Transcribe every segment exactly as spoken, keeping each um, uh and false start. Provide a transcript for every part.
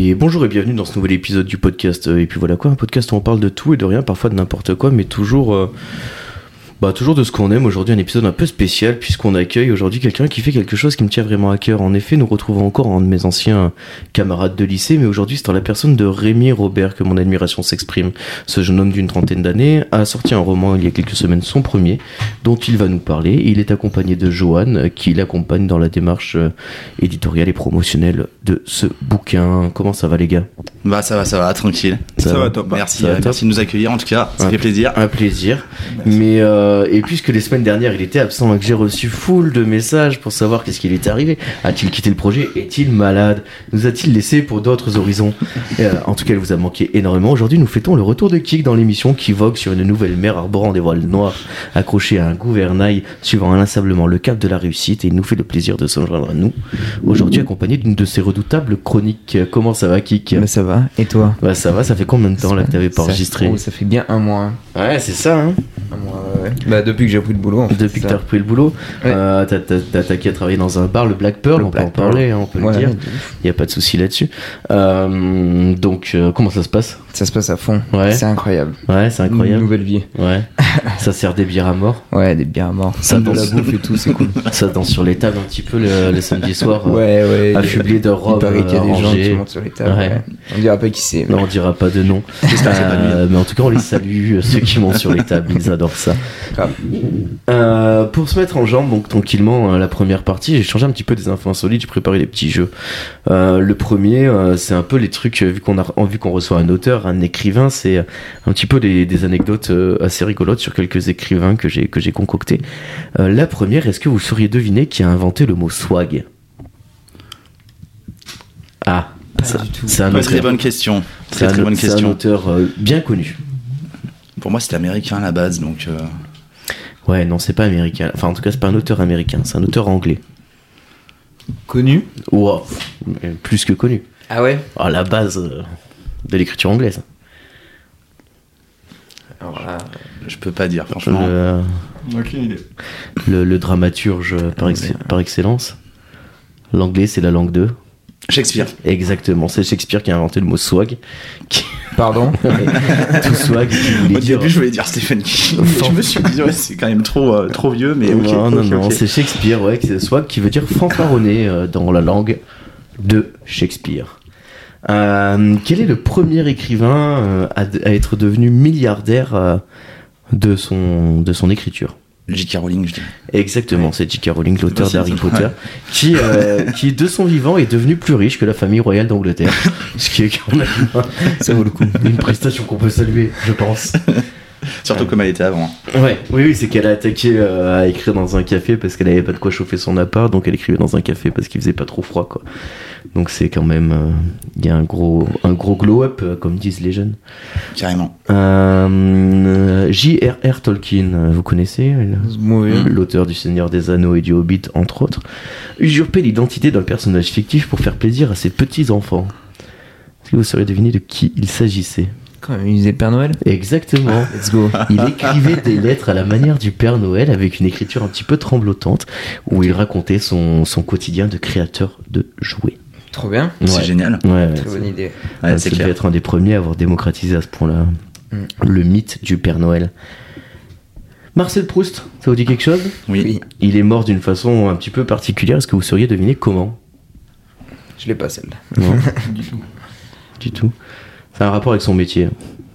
Et bonjour et bienvenue dans ce nouvel épisode du podcast. Et puis voilà quoi, un podcast où on parle de tout et de rien, parfois de n'importe quoi, mais toujours, euh, bah, toujours de ce qu'on aime. Aujourd'hui un épisode un peu spécial puisqu'on accueille aujourd'hui quelqu'un qui fait quelque chose qui me tient vraiment à cœur. En effet, nous retrouvons encore un de mes anciens camarades de lycée, mais aujourd'hui c'est en la personne de Rémi Robert que mon admiration s'exprime. Ce jeune homme d'une trentaine d'années a sorti un roman il y a quelques semaines, son premier, dont il va nous parler. Il est accompagné de Johan qui l'accompagne dans la démarche éditoriale et promotionnelle de ce bouquin. Comment ça va les gars ? Bah ça va, ça va, tranquille. Ça, ça va, va top. Merci, ça va euh, top. merci de nous accueillir en tout cas, ça un, fait plaisir. Un plaisir. Merci. Mais euh, et puisque les semaines dernières il était absent et que j'ai reçu full de messages pour savoir qu'est-ce qu'il était arrivé, a-t-il quitté le projet, est-il malade, nous a-t-il laissé pour d'autres horizons, et, euh, en tout cas il vous a manqué énormément. Aujourd'hui nous fêtons le retour de Kik dans l'émission qui vogue sur une nouvelle mer arborant des voiles noirs accrochés à un gouvernail suivant inlassablement le cap de la réussite, et il nous fait le plaisir de se joindre à nous aujourd'hui accompagné d'une de ses redoutables chroniques. Comment ça va Kik ? Bah ça va, et toi ? Bah ça va, ça fait combien de temps là que t'avais pas ça, enregistré ? oh, ça fait bien un mois. Ouais c'est ça hein. Un mois ouais. Bah depuis que j'ai repris le boulot en fait, Depuis que ça. t'as repris le boulot, ouais. euh, t'as, t'as, t'as attaqué à travailler dans un bar, le Black Pearl, le on Black peut en parler, hein, on peut ouais, le dire, ouais. il n'y a pas de souci là-dessus. Euh, donc euh, comment ça se passe ? Ça se passe à fond, Ouais. C'est incroyable. Ouais c'est incroyable. Une nouvelle vie. Ouais. Ça sert des bières à mort. Ouais, des bières à mort. Ça de la danse. bouffe et tout, c'est cool. Ça danse sur les tables un petit peu le, le samedi soir. Ouais, ouais. Affublé de Il robes paraît qu'il y a des gens rangées. qui montent sur les tables. Ouais. Ouais. On dira pas qui c'est. Mais... Non, on dira pas de nom. J'espère que c'est pas lui. Euh, mais en tout cas, on les salue, ceux qui montent sur les tables, ils adorent ça. Grave. Euh, pour se mettre en jambe, donc tranquillement, euh, la première partie, j'ai changé un petit peu des infos insolites, j'ai préparé des petits jeux. Euh, le premier, euh, c'est un peu les trucs, euh, vu qu'on a, vu qu'on reçoit un auteur, un écrivain, c'est un petit peu des, des anecdotes euh, assez rigolotes sur quelques écrivains que j'ai, que j'ai concoctés. Euh, la première, est-ce que vous sauriez deviner qui a inventé le mot swag ? Ah, ça, du tout. c'est un Ouais, auteur, très bonne question. c'est Très un, très bonne c'est un question. auteur euh, bien connu. Pour moi c'était américain à la base donc. Euh... Ouais, non, c'est pas américain. Enfin, en tout cas, c'est pas un auteur américain, c'est un auteur anglais. Connu. Wow, mais plus que connu. Ah ouais. À la base euh, de l'écriture anglaise. Alors là, Je peux pas dire franchement. Le, Aucune idée. le, le dramaturge par, ex- par excellence. L'anglais, c'est la langue de. Shakespeare. Exactement, c'est Shakespeare qui a inventé le mot swag. Qui... pardon. Tout swag, qui voulait Au dire. début je voulais dire Stephen King. Je me suis dit ouais c'est quand même trop euh, trop vieux mais ok. non, non, ok, non, ok. c'est Shakespeare, ouais, c'est swag qui veut dire fanfaronner euh, dans la langue de Shakespeare. Euh, quel est le premier écrivain euh, à, à être devenu milliardaire euh, de, son, de son écriture ? J K Rowling je dirais. Exactement, c'est J K Rowling, l'auteur Possible, d'Harry ouais. Potter, qui, euh, qui, de son vivant, est devenu plus riche que la famille royale d'Angleterre. Ce qui est quand même, ça vaut le coup, une prestation qu'on peut saluer, je pense. Surtout comme elle était avant. Ouais, oui, oui, c'est qu'elle a attaqué euh, à écrire dans un café parce qu'elle avait pas de quoi chauffer son appart, donc elle écrivait dans un café parce qu'il faisait pas trop froid, quoi. Donc c'est quand même, il euh, y a un gros, un gros glow-up, euh, comme disent les jeunes. Carrément. Euh, J R R Tolkien, euh, vous connaissez euh, Oui. l'auteur du Seigneur des Anneaux et du Hobbit, entre autres, usurpait l'identité d'un personnage fictif pour faire plaisir à ses petits-enfants. Est-ce que vous sauriez deviner de qui il s'agissait ? Quand même, il faisait Père Noël. Exactement. Let's go. Il écrivait des lettres à la manière du Père Noël avec une écriture un petit peu tremblotante où il racontait son, son quotidien de créateur de jouets. Trop bien. C'est Ouais. génial. Ouais, ouais, Très c'est- bonne idée. Ouais, ça c'est devait clair. être un des premiers à avoir démocratisé à ce point-là Mm. le mythe du Père Noël. Marcel Proust, ça vous dit quelque chose ? Oui. Oui. Il est mort d'une façon un petit peu particulière. Est-ce que vous sauriez deviner comment ? Je l'ai pas celle-là. Non, du tout. Du tout. C'est un rapport avec son métier.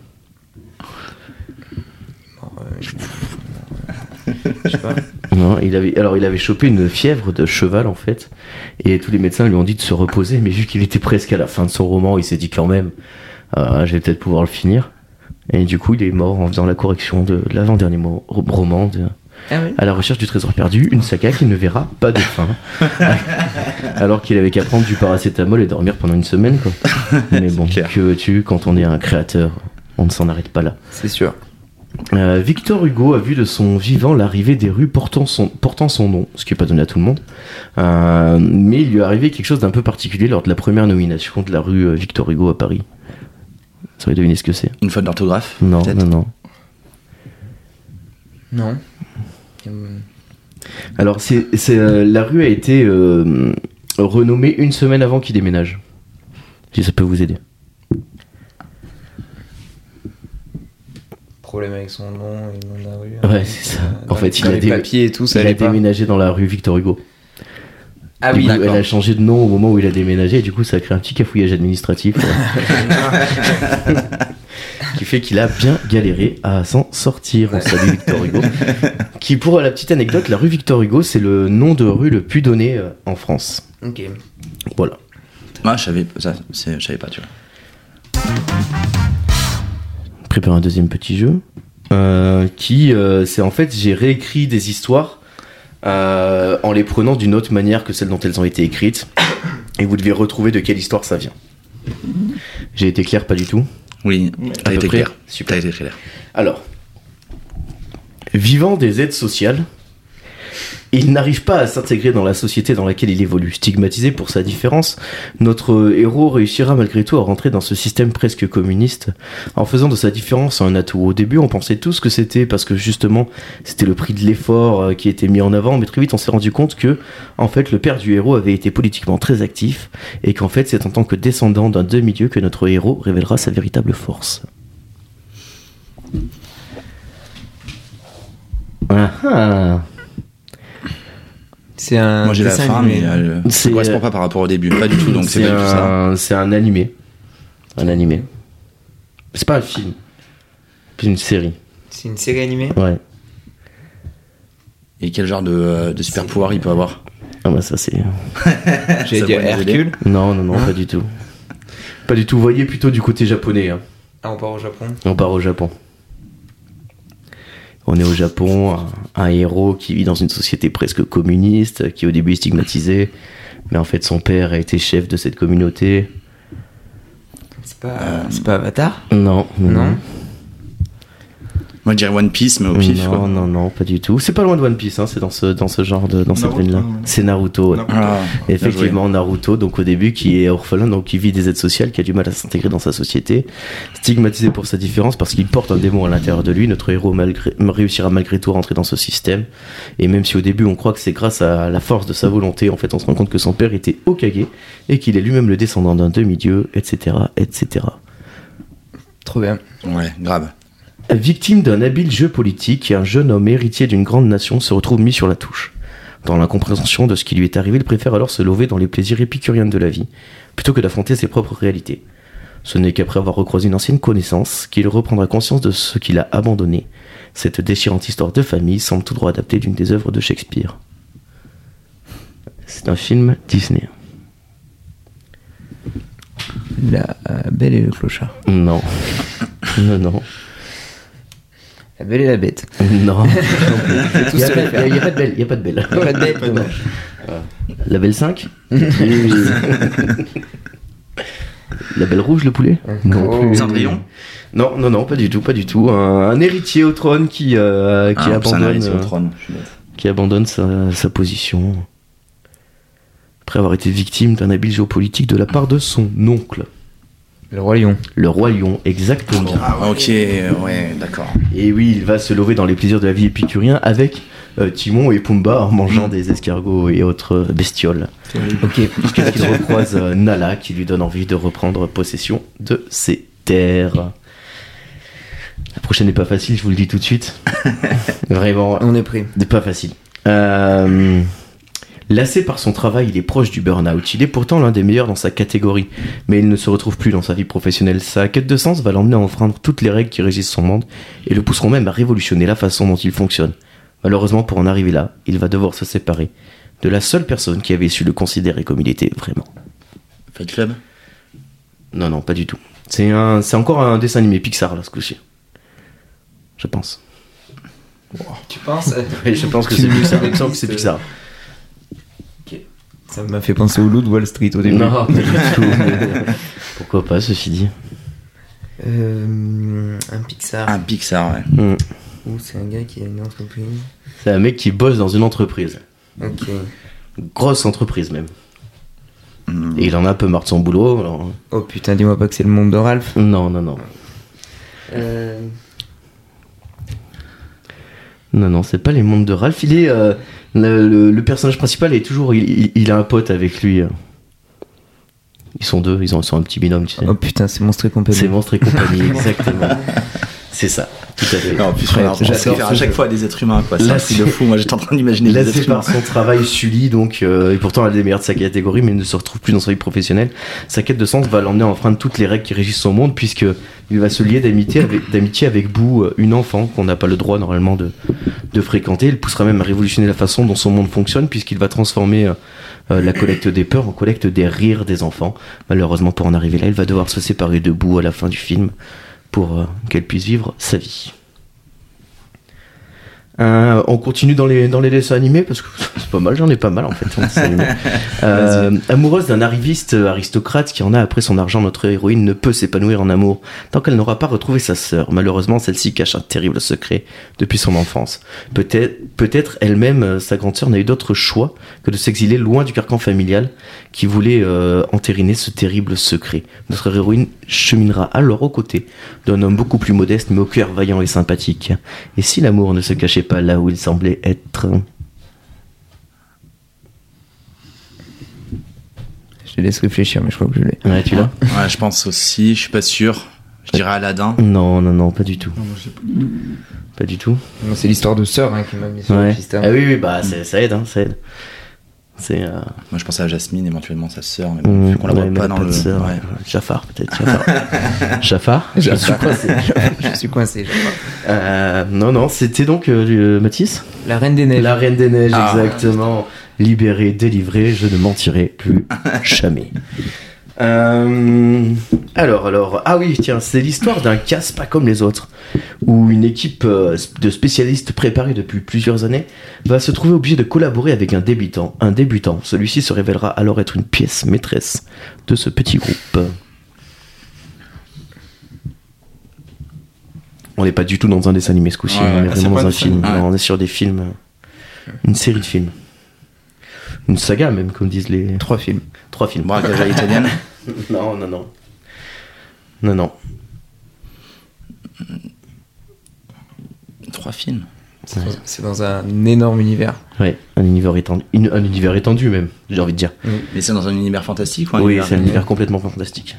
Bon, euh, je... je sais pas. Non, il avait, alors il avait chopé une fièvre de cheval en fait, et tous les médecins lui ont dit de se reposer, mais vu qu'il était presque à la fin de son roman, il s'est dit quand même, euh, je vais peut-être pouvoir le finir. Et du coup, il est mort en faisant la correction de l'avant-dernier mo- roman de Ah oui. À la recherche du trésor perdu, une saga qui ne verra pas de fin. Alors qu'il avait qu'à prendre du paracétamol et dormir pendant une semaine, quoi. Mais bon, clair. que veux-tu, quand on est un créateur, on ne s'en arrête pas là. C'est sûr. Euh, Victor Hugo a vu de son vivant l'arrivée des rues portant son, portant son nom, ce qui n'est pas donné à tout le monde. Euh, mais il lui est arrivé quelque chose d'un peu particulier lors de la première nomination de la rue euh, Victor Hugo à Paris. Vous sauriez deviner ce que c'est ? Une faute d'orthographe Non, peut-être non, non. Non. Hum, Alors, c'est, c'est, euh, la rue a été euh, renommée une semaine avant qu'il déménage. Si ça peut vous aider. Problème avec son nom et le nom de la rue. Ouais, c'est ça. Euh, En fait, il dans a les dé- papiers et tout, ça Il a allait pas. déménagé dans la rue Victor Hugo. Ah Du oui, coup, d'accord. elle a changé de nom au moment où il a déménagé et du coup ça a créé un petit cafouillage administratif euh, qui fait qu'il a bien galéré à s'en sortir. On salue Victor Hugo. Qui, pour la petite anecdote, la rue Victor Hugo, c'est le nom de rue le plus donné euh, en France. Ok. Voilà. Moi, je savais ça, c'est- je savais pas, tu vois. Prépare un deuxième petit jeu. Euh, qui, euh, c'est en fait, j'ai réécrit des histoires euh, en les prenant d'une autre manière que celle dont elles ont été écrites. Et vous devez retrouver de quelle histoire ça vient. J'ai été clair, pas du tout. Oui, À t'as peu été près. clair. Super. T'as été clair. Alors, vivant des aides sociales, il n'arrive pas à s'intégrer dans la société dans laquelle il évolue. Stigmatisé pour sa différence, notre héros réussira malgré tout à rentrer dans ce système presque communiste en faisant de sa différence un atout. Au début, on pensait tous que c'était parce que justement, c'était le prix de l'effort euh, qui était mis en avant, mais très vite, on s'est rendu compte que, en fait, le père du héros avait été politiquement très actif et qu'en fait, c'est en tant que descendant d'un demi-dieu que notre héros révélera sa véritable force. Ah ah. C'est un. Moi, j'ai la dessin fin, animé. mais euh, ça C'est, correspond euh, pas par rapport au début. Pas du tout, donc c'est c'est pas du tout ça. un, c'est un animé. Un animé. C'est pas un film. C'est une série. C'est une série animée. Ouais. Et quel genre de, euh, de super pouvoir il peut avoir? Ah bah ça c'est... J'allais Ça dire pourrait nous aider. Hercule. Non, non, non, Hein pas du tout. Pas du tout. Vous voyez plutôt du côté japonais. Hein. Ah, on part au Japon. On part au Japon. On est au Japon, un, un héros qui vit dans une société presque communiste, qui au début est stigmatisé, mais en fait son père a été chef de cette communauté. C'est pas, c'est pas Avatar. Non, Non. Moi, je dirais One Piece, mais au pif. non, quoi. non, non, pas du tout. C'est pas loin de One Piece, hein, c'est dans ce, dans ce genre de, dans cette Naruto, veine-là. ouais. C'est Naruto, ouais. Naruto. Ah, bien Effectivement, Naruto, donc au début, qui est orphelin, donc qui vit des aides sociales, qui a du mal à s'intégrer dans sa société, stigmatisé pour sa différence parce qu'il porte un démon à l'intérieur de lui. Notre héros malgré, réussira malgré tout à rentrer dans ce système. Et même si au début on croit que c'est grâce à la force de sa volonté, en fait on se rend compte que son père était Hokage et qu'il est lui-même le descendant d'un demi-dieu, et cetera, et cetera. Trop bien. joué. Ouais, grave. Victime d'un habile jeu politique, un jeune homme héritier d'une grande nation se retrouve mis sur la touche. Dans l'incompréhension de ce qui lui est arrivé, il préfère alors se lever dans les plaisirs épicuriens de la vie, plutôt que d'affronter ses propres réalités. Ce n'est qu'après avoir recroisé une ancienne connaissance qu'il reprendra conscience de ce qu'il a abandonné. Cette déchirante histoire de famille semble tout droit adaptée d'une des œuvres de Shakespeare. C'est un film Disney. La euh, Belle et le Clochard. Non. Non, non. La Belle et la Bête. Non. Il n'y a, se pas- le faire. il y a pas de belle. Il y a pas de belle. Pas de Bête, dommage. La belle cinq. La belle rouge, le poulet. Non plus. Cendrillon. Non, non, non, pas du tout, pas du tout. Un, un héritier au trône qui, euh, qui Ah, c'est un abandonne, héritier au euh, trône. Je suis bête. qui abandonne sa, sa position après avoir été victime d'un habile géopolitique de la part de son oncle, Le Roi Lion. le roi lion, exactement. Ah, ok, ouais, d'accord. Et oui, il va se lever dans les plaisirs de la vie épicurien avec euh, Timon et Pumba en mangeant des escargots et autres bestioles. Ok. Jusqu'à ce qu'il recroise euh, Nala qui lui donne envie de reprendre possession de ses terres. La prochaine n'est pas facile, je vous le dis tout de suite. Vraiment, On est prêt. c'est pas facile. Euh, Lassé par son travail, il est proche du burn-out. Il est pourtant l'un des meilleurs dans sa catégorie, mais il ne se retrouve plus dans sa vie professionnelle. Sa quête de sens va l'emmener à enfreindre toutes les règles qui régissent son monde et le pousseront même à révolutionner la façon dont il fonctionne. Malheureusement, pour en arriver là, il va devoir se séparer de la seule personne qui avait su le considérer comme il était vraiment. Fight Club. Non, non, pas du tout. C'est un, c'est encore un dessin animé Pixar là, ce coup-ci. Je pense. Tu penses Et je pense que c'est Pixar. Il me semble que c'est Pixar. Ça m'a fait penser au loup de Wall Street au début. Non, pas du tout. Pourquoi pas, ceci dit. Euh, un Pixar. Un Pixar, ouais. Hmm. Ou c'est un gars qui a une entreprise. C'est un mec qui bosse dans une entreprise. Ok. Grosse entreprise même. Hmm. Et il en a un peu marre de son boulot. Alors... Oh putain, dis-moi pas que c'est le monde de Ralph. Non, non, non. Euh... Non, non, c'est pas les mondes de Ralph. Il est. euh, le, le- le personnage principal est toujours. Il, il- il a un pote avec lui. euh. Ils sont deux, ils ont, ils sont un petit binôme, tu sais. Oh putain, c'est Monstre et compagnie. C'est Monstre et compagnie, exactement. C'est ça, tout à fait. Non, en plus, on a j'adore faire à chaque fois des êtres humains, quoi. C'est Là, un truc c'est- de fou. Moi, j'étais en train d'imaginer Là, des c'est êtres humains. par son travail Sully, donc, euh, et pourtant elle est des meilleures de sa catégorie, mais il ne se retrouve plus dans sa vie professionnelle. Sa quête de sens va l'emmener à enfreindre toutes les règles qui régissent son monde, puisque il va se lier d'amitié avec, d'amitié avec Boo, euh, une enfant qu'on n'a pas le droit normalement de, de fréquenter. Il poussera même à révolutionner la façon dont son monde fonctionne, puisqu'il va transformer euh, euh, la collecte des peurs en collecte des rires des enfants. Malheureusement, pour en arriver là, il va devoir se séparer de Boo à la fin du film pour euh, qu'elle puisse vivre sa vie. Euh, on continue dans les, dans les dessins animés parce que c'est pas mal, j'en ai pas mal en fait. en dessin animé. Euh, amoureuse d'un arriviste aristocrate qui en a après son argent, notre héroïne ne peut s'épanouir en amour tant qu'elle n'aura pas retrouvé sa sœur. Malheureusement, celle-ci cache un terrible secret depuis son enfance. Peut-être, peut-être elle-même, sa grande sœur, n'a eu d'autre choix que de s'exiler loin du carcan familial qui voulait euh, entériner ce terrible secret. Notre héroïne cheminera alors aux côtés d'un homme beaucoup plus modeste mais au cœur vaillant et sympathique. Et si l'amour ne se cachait pas là où il semblait être? Je te laisse réfléchir, mais je crois que je l'ai. Ouais, tu l'as? Ouais, je pense aussi. Je suis pas sûr. Je dirais Aladdin. Non, non, non, pas du tout. Pas du tout. Moi, c'est l'histoire de sœur hein, qui m'a mis sur Ouais. le système. Ah oui, oui, bah c'est- ça aide, hein, ça aide. C'est. Euh... Moi, je pensais à Jasmine, éventuellement sa sœur, mais bon, mmh, vu qu'on la ouais, voit mais pas elle a dans pas le. de sœur. Ouais. Jafar, peut-être. Jafar. Jafar. Je suis coincé. Je suis coincé. je crois. Euh, non, non, c'était donc euh, Mathis. La Reine des Neiges. La Reine des Neiges, Ah. exactement. Libéré, délivré, je ne mentirai plus jamais. Euh, alors, alors, ah oui, tiens, c'est l'histoire d'un casse pas comme les autres, où une équipe euh, de spécialistes préparés depuis plusieurs années va se trouver obligée de collaborer avec un débutant. Un débutant, celui-ci se révélera alors être une pièce maîtresse de ce petit groupe. On n'est pas du tout dans un dessin animé ce coup-ci, Ouais, on est ouais, c'est vraiment pas dans un dessin film. animé. Non, on est sur des films, euh, une série de films. Une saga même, comme disent les... Trois films. Trois films. Braquage à l'italienne. Non, non, non. Non, non. Trois films. C'est dans- C'est dans un énorme univers. Ouais, un univers étendu. une- un univers étendu même, j'ai envie de dire. Mais c'est dans un univers fantastique ou un Oui, univers c'est un réel univers complètement fantastique.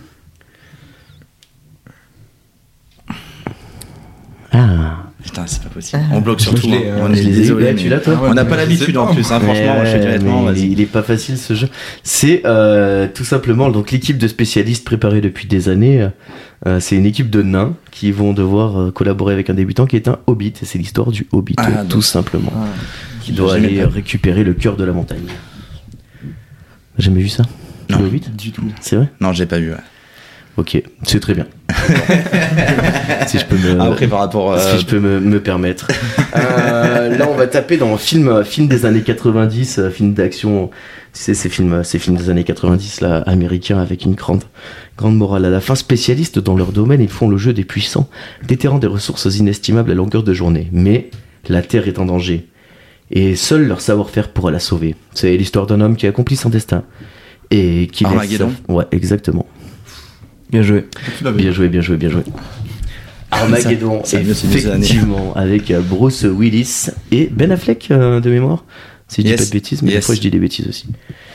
Ah. Putain, c'est pas possible. On bloque Je surtout. l'ai, hein. euh, On je est les ai- désolé. ouais, mais- tu l'as, toi On n'a pas l'habitude en plus, hein, franchement. Moi, je te dis Ouais, honnêtement, mais vas-y. il est pas facile ce jeu. C'est euh, tout simplement donc l'équipe de spécialistes préparés depuis des années. euh, c'est une équipe de nains qui vont devoir euh, collaborer avec un débutant qui est un hobbit. Et c'est l'histoire du hobbit, Ah, euh, tout donc- simplement, Ah. qui doit J'ai jamais aller pas- récupérer le cœur de la montagne. T'as jamais vu ça? Non, Le Hobbit du tout. C'est vrai? Non, j'ai pas vu. ouais. Ok, c'est très bien. si je peux me, Après, par rapport. euh, si je peux me, me permettre. Euh, là, on va taper dans un film, film des années quatre-vingt-dix, euh, film d'action. Tu sais, ces films, ces films des années quatre-vingt-dix, là, américains, avec une grande, grande morale à la fin. Spécialistes dans leur domaine, ils font le jeu des puissants, déterrant des ressources inestimables à longueur de journée. Mais la Terre est en danger. Et seul leur savoir-faire pourra la sauver. C'est l'histoire d'un homme qui accomplit son destin. Et qui laisse- Armageddon. Ouais, exactement. Bien joué. Bien joué, bien joué, bien joué. Armageddon, ça- ça mieux, c'est mieux, ces années. effectivement, avec euh, Bruce Willis et Ben Affleck euh, de mémoire. Si je Yes. dis pas de bêtises, mais des Yes. fois je dis des bêtises aussi.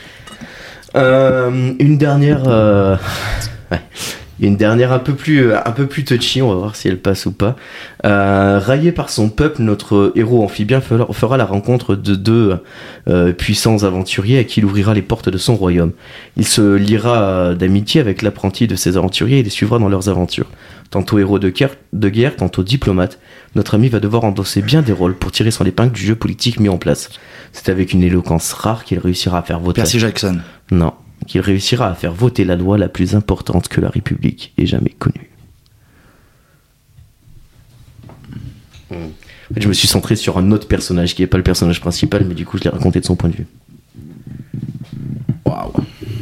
Euh, une dernière, euh, ouais, une dernière un peu plus, un peu plus touchy. On va voir si elle passe ou pas. Euh, raillé par son peuple, notre héros amphibien fera, fera la rencontre de deux euh, puissants aventuriers à qui il ouvrira les portes de son royaume. Il se liera d'amitié avec l'apprenti de ces aventuriers et les suivra dans leurs aventures. Tantôt héros de guerre, de guerre, tantôt diplomate, notre ami va devoir endosser bien des rôles pour tirer son épingle du jeu politique mis en place. C'est avec une éloquence rare qu'il réussira à faire voter. Percy Jackson. Non, qu'il réussira à faire voter la loi la plus importante que la République ait jamais connue. Hmm. En fait, je me suis centré sur un autre personnage qui n'est pas le personnage principal, mais du coup je l'ai raconté de son point de vue. Waouh.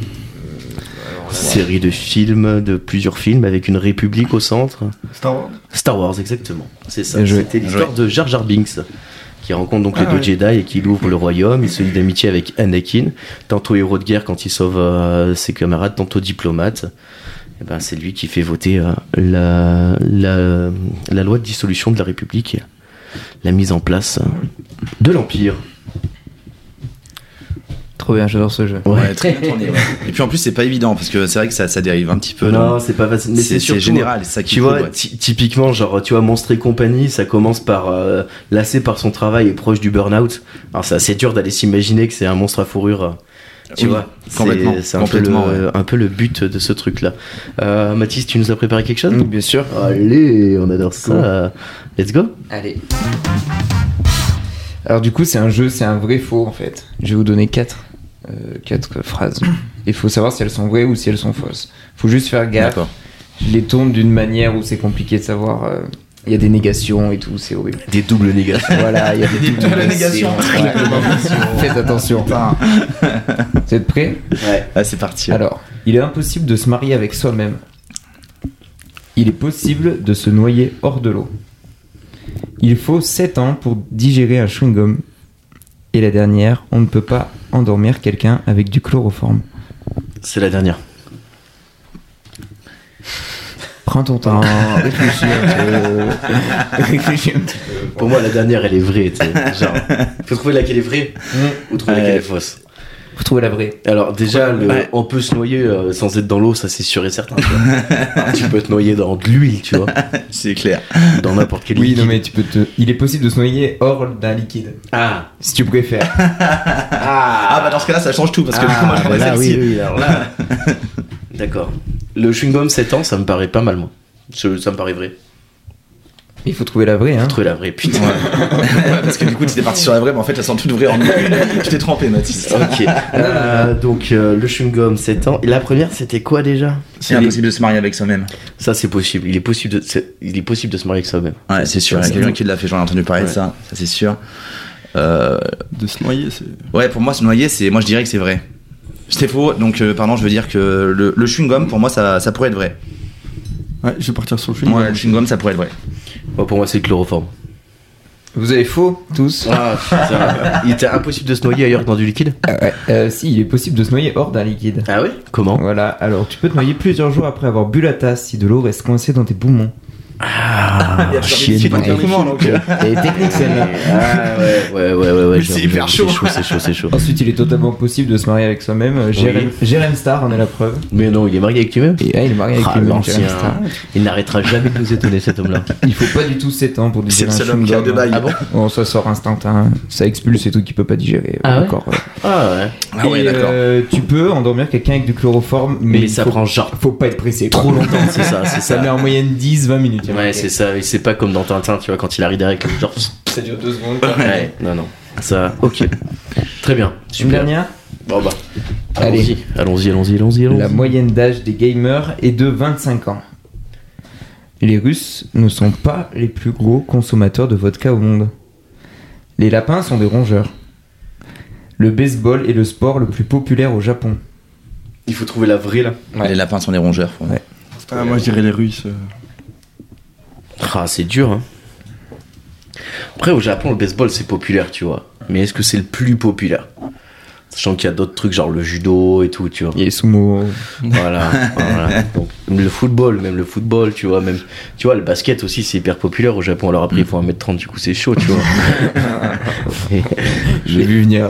Série de films, de plusieurs films avec une République au centre. Star Wars. Star Wars, exactement. C'est ça. Bien joué. C'était Bien l'histoire de Jar Jar Binks, qui rencontre donc Ah les deux ouais. Jedi et qui ouvre le royaume. Il se lie d'amitié avec Anakin, tantôt héros de guerre quand il sauve euh, ses camarades, tantôt diplomate. Et ben, c'est lui qui fait voter euh, la, la, la loi de dissolution de la République, et la mise en place euh, de l'Empire. Trop bien, j'adore ce jeu. Ouais, ouais très bien tourné. Ouais. Et puis en plus, c'est pas évident parce que c'est vrai que ça, ça dérive un petit peu. Non, c'est pas facile. Mais c'est, c'est, c'est général, c'est ça qui tu cool, vois, ouais. t- typiquement, genre, tu vois, Monstre et compagnie, ça commence par euh, lassé par son travail et proche du burn-out. Alors, c'est assez dur d'aller s'imaginer que c'est un monstre à fourrure. Euh, tu oui, vois, complètement. c'est, c'est un, complètement peu le, ouais. un peu le but de ce truc-là. Euh, Mathis, tu nous as préparé quelque chose ? Mmh, bien sûr. Allez, on adore ça. Go. Let's go. Allez. Alors du coup, c'est un jeu, c'est un vrai faux en fait. Je vais vous donner quatre, euh, quatre phrases. Il faut savoir si elles sont vraies ou si elles sont fausses. Faut juste faire gaffe. D'accord. Je les tourne d'une manière où c'est compliqué de savoir. euh, Il y a des négations et tout, c'est horrible. Des doubles négations. Voilà, il y a des doubles négations. Ouais. Faites attention. Vous êtes prêts ? Ouais. Ah, c'est parti. Alors, il est impossible de se marier avec soi-même. Il est possible de se noyer hors de l'eau. Il faut sept ans pour digérer un chewing-gum. Et la dernière, on ne peut pas endormir quelqu'un avec du chloroforme. C'est la dernière. Prends ton temps, réfléchis un peu. Réfléchis un petit peu. Pour moi, la dernière, elle est vraie. Tu sais. Genre, faut trouver laquelle est vraie ou trouver Ouais. laquelle est fausse. Faut trouver la vraie. Alors déjà, le, Ouais. on peut se noyer euh, sans être dans l'eau, ça c'est sûr et certain. Tu vois. Tu peux te noyer dans de l'huile, tu vois, C'est clair. dans n'importe quel Oui, liquide. non mais tu peux te... Il est possible de se noyer hors d'un liquide. Ah, Si tu préfères. Ah, bah dans ce cas-là, ça change tout parce que du coup, moi je ah, prends là, celle-ci. oui, oui, alors là. D'accord. Le chewing-gum sept ans, ça me paraît pas mal, moi. Je- ça me paraît vrai. Il faut trouver la vraie, hein. Trouver la vraie, putain. Ouais, parce que du coup, tu étais parti sur la vraie, mais en fait, elles sont toutes vraies en une. Je t'ai trompé, Mathis. Ok. Euh, donc euh, le chewing-gum sept ans. Et la première, c'était quoi déjà ? C'est impossible de se marier avec soi-même. Ça, c'est possible. Il est possible de, c'est- il est possible de se marier avec soi-même. Ouais, c'est sûr. Il y a quelqu'un qui l'a fait, j'en ai entendu parler de Ouais. ça. Ça, c'est sûr. Euh, De se noyer, c'est. Ouais, pour moi, se noyer, c'est. Moi, je dirais que c'est vrai. C'était faux, donc euh, pardon, je veux dire que le, le chewing-gum, pour moi, ça, ça pourrait être vrai. Ouais, je vais partir sur le film. Ouais, le chewing-gum, ça pourrait être vrai. Moi, pour moi, c'est le chloroforme. Vous avez faux, tous. Ah, putain. Il était impossible de se noyer ailleurs que dans du liquide. Ah ouais. Euh, si, il est possible de se noyer hors d'un liquide. Ah ouais ? Comment ? Voilà, alors tu peux te noyer plusieurs jours après avoir bu la tasse si de l'eau reste coincée dans tes poumons. Ah, Il y a chier, chier dans ouais. tes poumons, donc. euh, Elle est technique celle-là. Ah ouais, ouais, ouais, ouais, ouais. Mais j'ai c'est envie, hyper chaud. C'est chaud, c'est chaud, c'est chaud. Ensuite, il est totalement possible de se marier avec soi-même. Euh, Jérém Jérém Star en est la preuve. Mais non, il est marié avec lui-même. Et ah, il est marié avec Ah, lui-même, l'ancien. Jérém Star. Il n'arrêtera jamais de nous étonner, cet homme-là. Il faut pas du tout sept ans pour C'est digérer le un seul homme qui a chewing-gum. deux bails. Ah bon ? Bon, ça sort instantanément. Ça expulse et tout qu'il peut pas digérer. Ah ouais Encore. euh. Ah ouais. Ah ouais, Et, d'accord. euh, tu peux endormir quelqu'un avec du chloroforme, mais, Mais il ça faut, prend genre faut pas être pressé. trop longtemps, c'est ça, c'est Ça ça. met en moyenne dix vingt minutes. Ouais, c'est ça. Et c'est pas comme dans Tintin, tu vois, quand il arrive derrière, comme genre. Ça dure deux secondes. Ouais, non, non. Ça, ok. Très bien. Une Super. dernière. Bon bah. Allez. Allons-y, allons-y, allons-y, allons-y. allons-y. La moyenne d'âge des gamers est de vingt-cinq ans. Les Russes ne sont pas les plus gros consommateurs de vodka au monde. Les lapins sont des rongeurs. Le baseball est le sport le plus populaire au Japon. Il faut trouver la vraie là. Ouais. Les lapins sont des rongeurs. faut- Ouais. Ah, moi, je dirais les Russes. euh. Ah, c'est dur, hein. Après, au Japon, le baseball, c'est populaire, tu vois. Mais est-ce que c'est le plus populaire ? Sachant qu'il y a d'autres trucs, genre le judo et tout, tu vois. Il y a les sumo. Voilà, voilà. Donc, même le football, même le football, tu vois. Même, tu vois, le basket aussi, c'est hyper populaire au Japon. Alors après, il faut un mètre trente, du coup, c'est chaud, tu vois. Et- J'ai vu venir.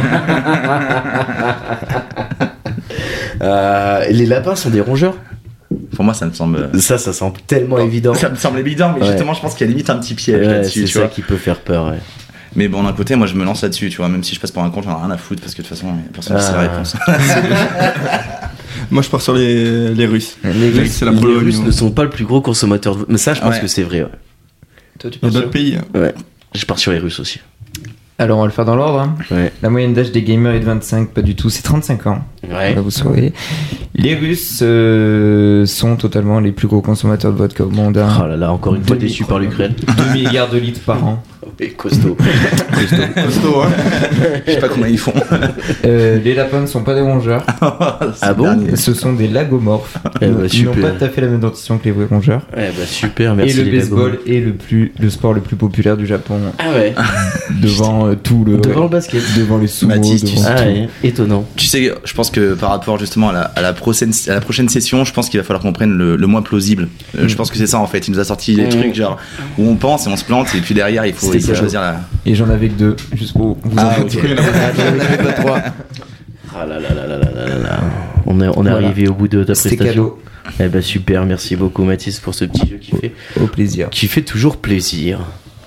Euh, les lapins sont des rongeurs. Pour moi, ça me semble. Ça, ça semble tellement évident. Ça me semble évident, mais Ouais. justement, je pense qu'il y a limite un petit piège Ouais, là-dessus, c'est tu ça vois. qui peut faire peur, ouais. Mais bon, d'un côté, moi, je me lance là-dessus, tu vois. Même si je passe pour un con, j'en ai rien à foutre parce que de toute façon, personne ne sait la Ah. réponse. Moi, je pars sur les, les Russes. Les Russes, Russes, c'est la Les Pologne. Russes ouais. ne sont pas le plus gros consommateur de... Mais ça, je pense Ouais. que c'est vrai, ouais. Toi, tu Il y a penses d'autres pays. Ouais. Je pars sur les Russes aussi. Alors, on va le faire dans l'ordre. hein. Ouais. La moyenne d'âge des gamers est de vingt-cinq, pas du tout, c'est trente-cinq ans. Ouais. Là, vous saurez. Les Russes euh, sont totalement les plus gros consommateurs de vodka au monde. hein. Oh là là, encore une fois Deux déçu micro- par l'Ukraine. deux milliards de litres par an. Et costaud. Costaud, hein. Je sais pas comment ils font. Euh, les lapins ne sont pas des rongeurs. Ah bon ? Ce sont des lagomorphes. Eh Ils bah, n'ont super. pas tout à fait la même dentition que les vrais rongeurs. Ouais, bah super, merci. Et le les baseball lagos. est le, plus, le sport le plus populaire du Japon. Ah ouais. Devant euh, tout le. Devant le basket. Devant les sumo. Mathis, tu devant sais- Ah tout. ouais. Étonnant. Tu sais, je pense que par rapport justement à la, à la, prochaine, à la prochaine session, je pense qu'il va falloir qu'on prenne le, le moins plausible. Euh, Je pense que c'est ça en fait. Il nous a sorti des Mm. trucs genre où on pense et on se plante et puis derrière il faut, C'était il faut ça. choisir la. Et j'en avais que deux, juste pour vous Ah, en ok. foutre. J'en avais pas trois. Ah là là là là là là là. On est, on est Voilà. arrivé au bout de ta C'était prestation. cadeau. Eh ben super, merci beaucoup Mathis pour ce petit jeu qui fait, Au plaisir. qui fait toujours plaisir.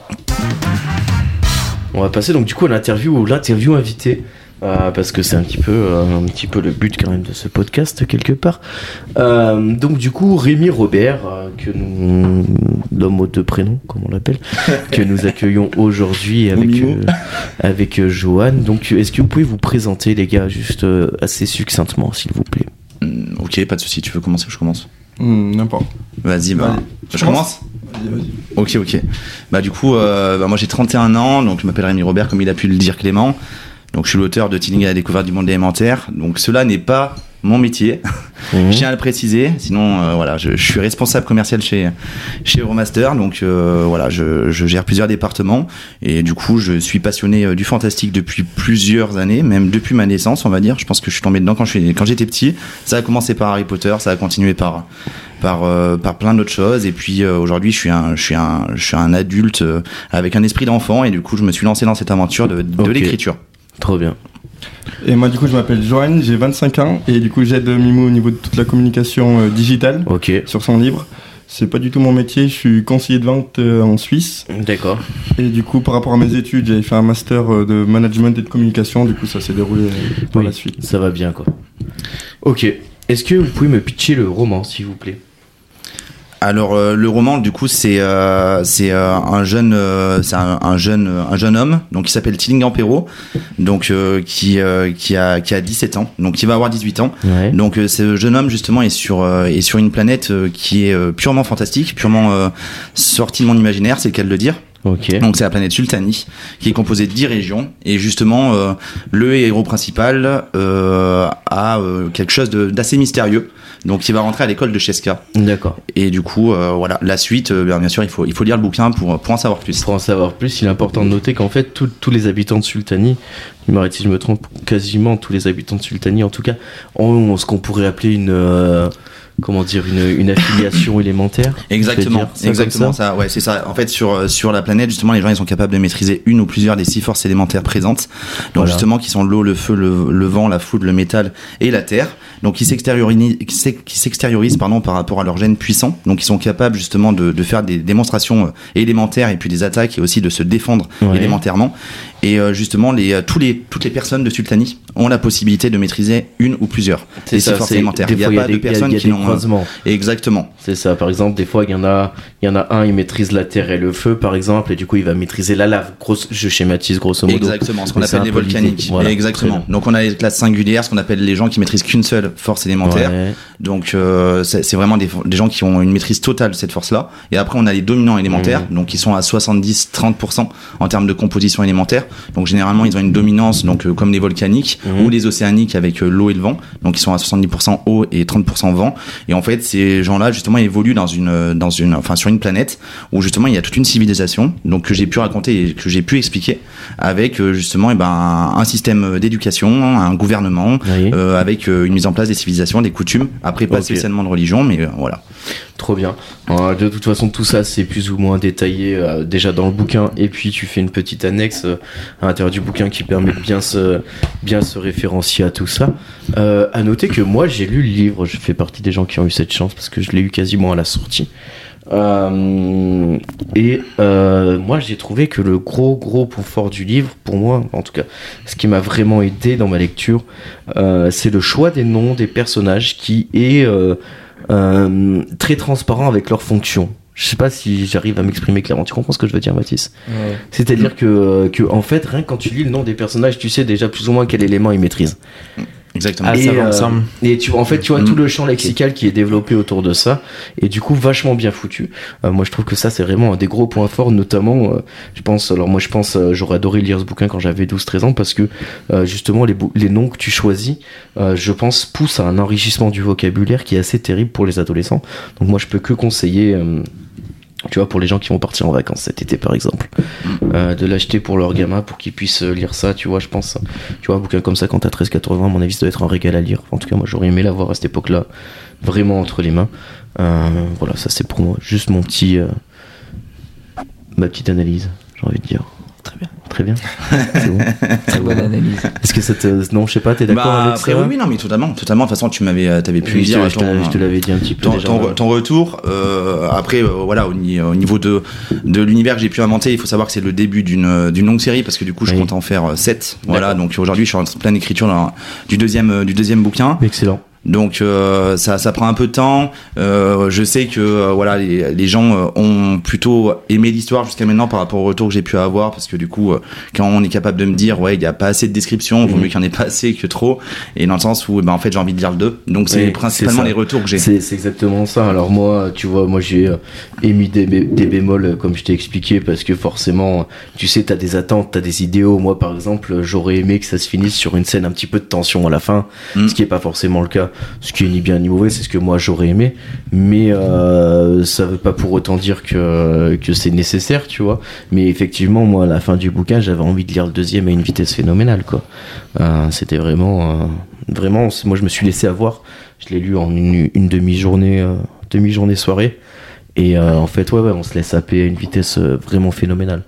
On va passer donc du coup à l'interview ou l'interview invitée. Euh, parce que c'est un petit peu euh, un petit peu le but quand même de ce podcast quelque part. Euh, donc du coup Rémi Robert, euh, que nous, l'homme aux deux prénoms comme on l'appelle, que nous accueillons aujourd'hui avec Mimo. euh, avec euh, Johan. Donc est-ce que vous pouvez vous présenter les gars juste euh, assez succinctement s'il vous plaît? Hum, ok, pas de souci. Tu veux commencer ou je commence? Hmm, N'importe. Vas-y, bah. Allez. Je Je commence. Vas-y, vas-y. Ok, ok. Bah du coup, euh, bah, moi j'ai trente et un ans, donc je m'appelle Rémi Robert, comme il a pu le dire Clément. Donc je suis l'auteur de Tilling à la découverte du monde élémentaire. Donc cela n'est pas mon métier, Mmh. je tiens à le préciser. Sinon, euh, voilà, je, je suis responsable commercial chez chez Euromaster. Donc euh, voilà, je, je gère plusieurs départements et du coup, je suis passionné euh, du fantastique depuis plusieurs années, même depuis ma naissance, on va dire. Je pense que je suis tombé dedans quand je suis, quand j'étais petit. Ça a commencé par Harry Potter, ça a continué par par euh, par plein d'autres choses. Et puis euh, aujourd'hui, je suis un je suis un je suis un adulte euh, avec un esprit d'enfant et du coup, je me suis lancé dans cette aventure de, de Ok. l'écriture. Trop bien. Et moi, du coup, je m'appelle Johan, j'ai vingt-cinq ans et du coup, j'aide Mimo au niveau de toute la communication euh, digitale Ok. sur son livre. C'est pas du tout mon métier, je suis conseiller de vente euh, en Suisse. D'accord. Et du coup, par rapport à mes études, j'avais fait un master euh, de management et de communication. Du coup, ça s'est déroulé euh, par Oui, la suite. ça va bien quoi. Ok. Est-ce que vous pouvez me pitcher le roman s'il vous plaît? Alors euh, le roman du coup c'est euh, c'est euh, un jeune euh, c'est un, un jeune un jeune homme donc qui s'appelle Tilling Ampero donc euh, qui euh, qui a qui a dix-sept ans donc qui va avoir dix-huit ans. Ouais. Donc euh, ce jeune homme justement est sur euh, est sur une planète euh, qui est euh, purement fantastique, purement euh, sortie de mon imaginaire, c'est le cas de le dire. Ok. Donc c'est la planète Sultani qui est composée de dix régions et justement euh, le héros principal euh, a euh, quelque chose de, d'assez mystérieux. Donc il va rentrer à l'école de Cheska D'accord. et du coup euh, voilà la suite euh, bien, bien sûr il faut il faut lire le bouquin pour pour en savoir plus. Pour en savoir plus, il est important de noter qu'en fait, tout- tous les habitants de Sultani, il m'arrête si je me trompe, quasiment tous les habitants de Sultani, en tout cas, ont ce qu'on pourrait appeler une, euh, comment dire, une, une affiliation élémentaire. Exactement, Je vais dire ça exactement comme ça. Ouais, c'est ça. En fait, sur sur la planète, justement, les gens ils sont capables de maîtriser une ou plusieurs des six forces élémentaires présentes. Donc Voilà. justement, qui sont l'eau, le feu, le, le vent, la foudre, le métal et la terre. Donc qui s'extériorisent, qui s'ex- qui s'extériorisent pardon par rapport à leurs gènes puissants. Donc ils sont capables justement de, de faire des démonstrations euh, élémentaires et puis des attaques et aussi de se défendre Ouais. élémentairement. Et euh, justement, les euh, tous les toutes les personnes de Sultani ont la possibilité de maîtriser une ou plusieurs C'est des ça, six forces c'est- élémentaires. des Il n'y a fois, pas des- de personnes il y a qui des n'ont croisements. exactement. C'est ça, par exemple, des fois, il y en a, il y en a un, il maîtrise la terre et le feu, par exemple, et du coup, il va maîtriser la lave. Grosse, je schématise grosso modo. Exactement, ce qu'on Mais c'est appelle les un peu l'idée. volcaniques. Voilà, Exactement. très bien. Donc on a les classes singulières, ce qu'on appelle les gens qui maîtrisent qu'une seule force élémentaire. Ouais. Donc euh, c'est c'est vraiment des, des gens qui ont une maîtrise totale de cette force-là. Et après on a les dominants élémentaires, Mmh. donc qui sont à soixante-dix à trente pour cent en termes de composition élémentaire. Donc généralement ils ont une dominance, donc euh, comme les volcaniques Mmh. ou les océaniques avec euh, l'eau et le vent. Donc ils sont à soixante-dix pour cent eau et trente pour cent vent. Et en fait ces gens-là justement évoluent dans une euh, dans une enfin sur une planète où justement il y a toute une civilisation donc que j'ai pu raconter et que j'ai pu expliquer avec euh, justement eh ben un système d'éducation, un gouvernement Oui. euh, avec euh, une mise en place des civilisations, des coutumes, après pas Ok. spécialement de religion mais euh, voilà. Trop bien. Euh, de toute façon, tout ça, c'est plus ou moins détaillé euh, déjà dans le bouquin. Et puis, tu fais une petite annexe euh, à l'intérieur du bouquin qui permet de bien se, bien se référencier à tout ça. Euh, à noter que moi, j'ai lu le livre. Je fais partie des gens qui ont eu cette chance parce que je l'ai eu quasiment à la sortie. Euh, et euh, moi, j'ai trouvé que le gros, gros point fort du livre, pour moi, en tout cas, ce qui m'a vraiment aidé dans ma lecture, euh, c'est le choix des noms des personnages qui est euh, euh, très transparent avec leurs fonctions. Je sais pas si j'arrive à m'exprimer clairement. Tu comprends ce que je veux dire, Mathis? Ouais. C'est-à-dire que, que, en fait, rien que quand tu lis le nom des personnages, tu sais déjà plus ou moins quel élément ils maîtrisent. Exactement. Ah, Et, ça va euh, ensemble. Et tu, en fait, tu vois Mm. tout le champ lexical qui est développé autour de ça, et du coup vachement bien foutu. Euh, moi, je trouve que ça, c'est vraiment un des gros points forts, notamment, euh, je pense. Alors moi, je pense, euh, j'aurais adoré lire ce bouquin quand j'avais douze treize ans, parce que euh, justement, les, bou- les noms que tu choisis, euh, je pense, poussent à un enrichissement du vocabulaire qui est assez terrible pour les adolescents. Donc moi, je peux que conseiller. Euh, tu vois, pour les gens qui vont partir en vacances cet été, par exemple, euh, de l'acheter pour leurs gamins pour qu'ils puissent euh, lire ça, tu vois, je pense. Tu vois, un bouquin comme ça, quand t'as treize quatorze ans, à mon avis, ça doit être un régal à lire. En tout cas, moi, j'aurais aimé l'avoir à cette époque-là, vraiment entre les mains. Euh, voilà, ça, c'est pour moi, juste mon petit, euh, ma petite analyse, j'ai envie de dire. Très bien. très bien. C'est bon. Très bonne analyse. Est-ce que ça te... Non, je sais pas, t'es d'accord Bah, avec après, ça? oui, oui, non, mais totalement, totalement. De toute façon, tu m'avais, t'avais pu Oui, me dire. je te, ton- je te l'avais dit un petit peu ton, déjà. ton, ton retour. Euh, après, euh, voilà, au, ni- au niveau de, de l'univers que j'ai pu inventer, il faut savoir que c'est le début d'une, d'une longue série parce que du coup, je Oui. compte en faire sept. Voilà, D'accord. donc aujourd'hui, je suis en pleine écriture dans- du deuxième, euh, du deuxième bouquin. Excellent. Donc euh, ça, ça prend un peu de temps. Euh, je sais que euh, voilà, les, les gens euh, ont plutôt aimé l'histoire jusqu'à maintenant par rapport au retour que j'ai pu avoir, parce que du coup, euh, quand on est capable de me dire ouais, il y a pas assez de description, vaut Mhm. mieux qu'il y en ait pas assez que trop, et dans le sens où ben en fait j'ai envie de lire le deux. Donc c'est Oui, principalement c'est ça. les retours que j'ai. C'est, c'est exactement ça. Alors moi, tu vois, moi j'ai euh, émis des, bé- des bémols, euh, comme je t'ai expliqué, parce que forcément, tu sais, t'as des attentes, t'as des idéaux. Moi, par exemple, j'aurais aimé que ça se finisse sur une scène un petit peu de tension à la fin, Mm. ce qui est pas forcément le cas. Ce qui est ni bien ni mauvais, c'est ce que moi j'aurais aimé. Mais euh, ça veut pas pour autant dire que que c'est nécessaire, tu vois. Mais effectivement, moi, à la fin du bouquin, j'avais envie de lire le deuxième à une vitesse phénoménale, quoi. Euh, c'était vraiment, euh, vraiment. c'est- Moi, je me suis laissé avoir. Je l'ai lu en une, une demi-journée, euh, demi-journée soirée. Et euh, en fait, ouais, ouais, on se laisse happer à une vitesse euh, vraiment phénoménale.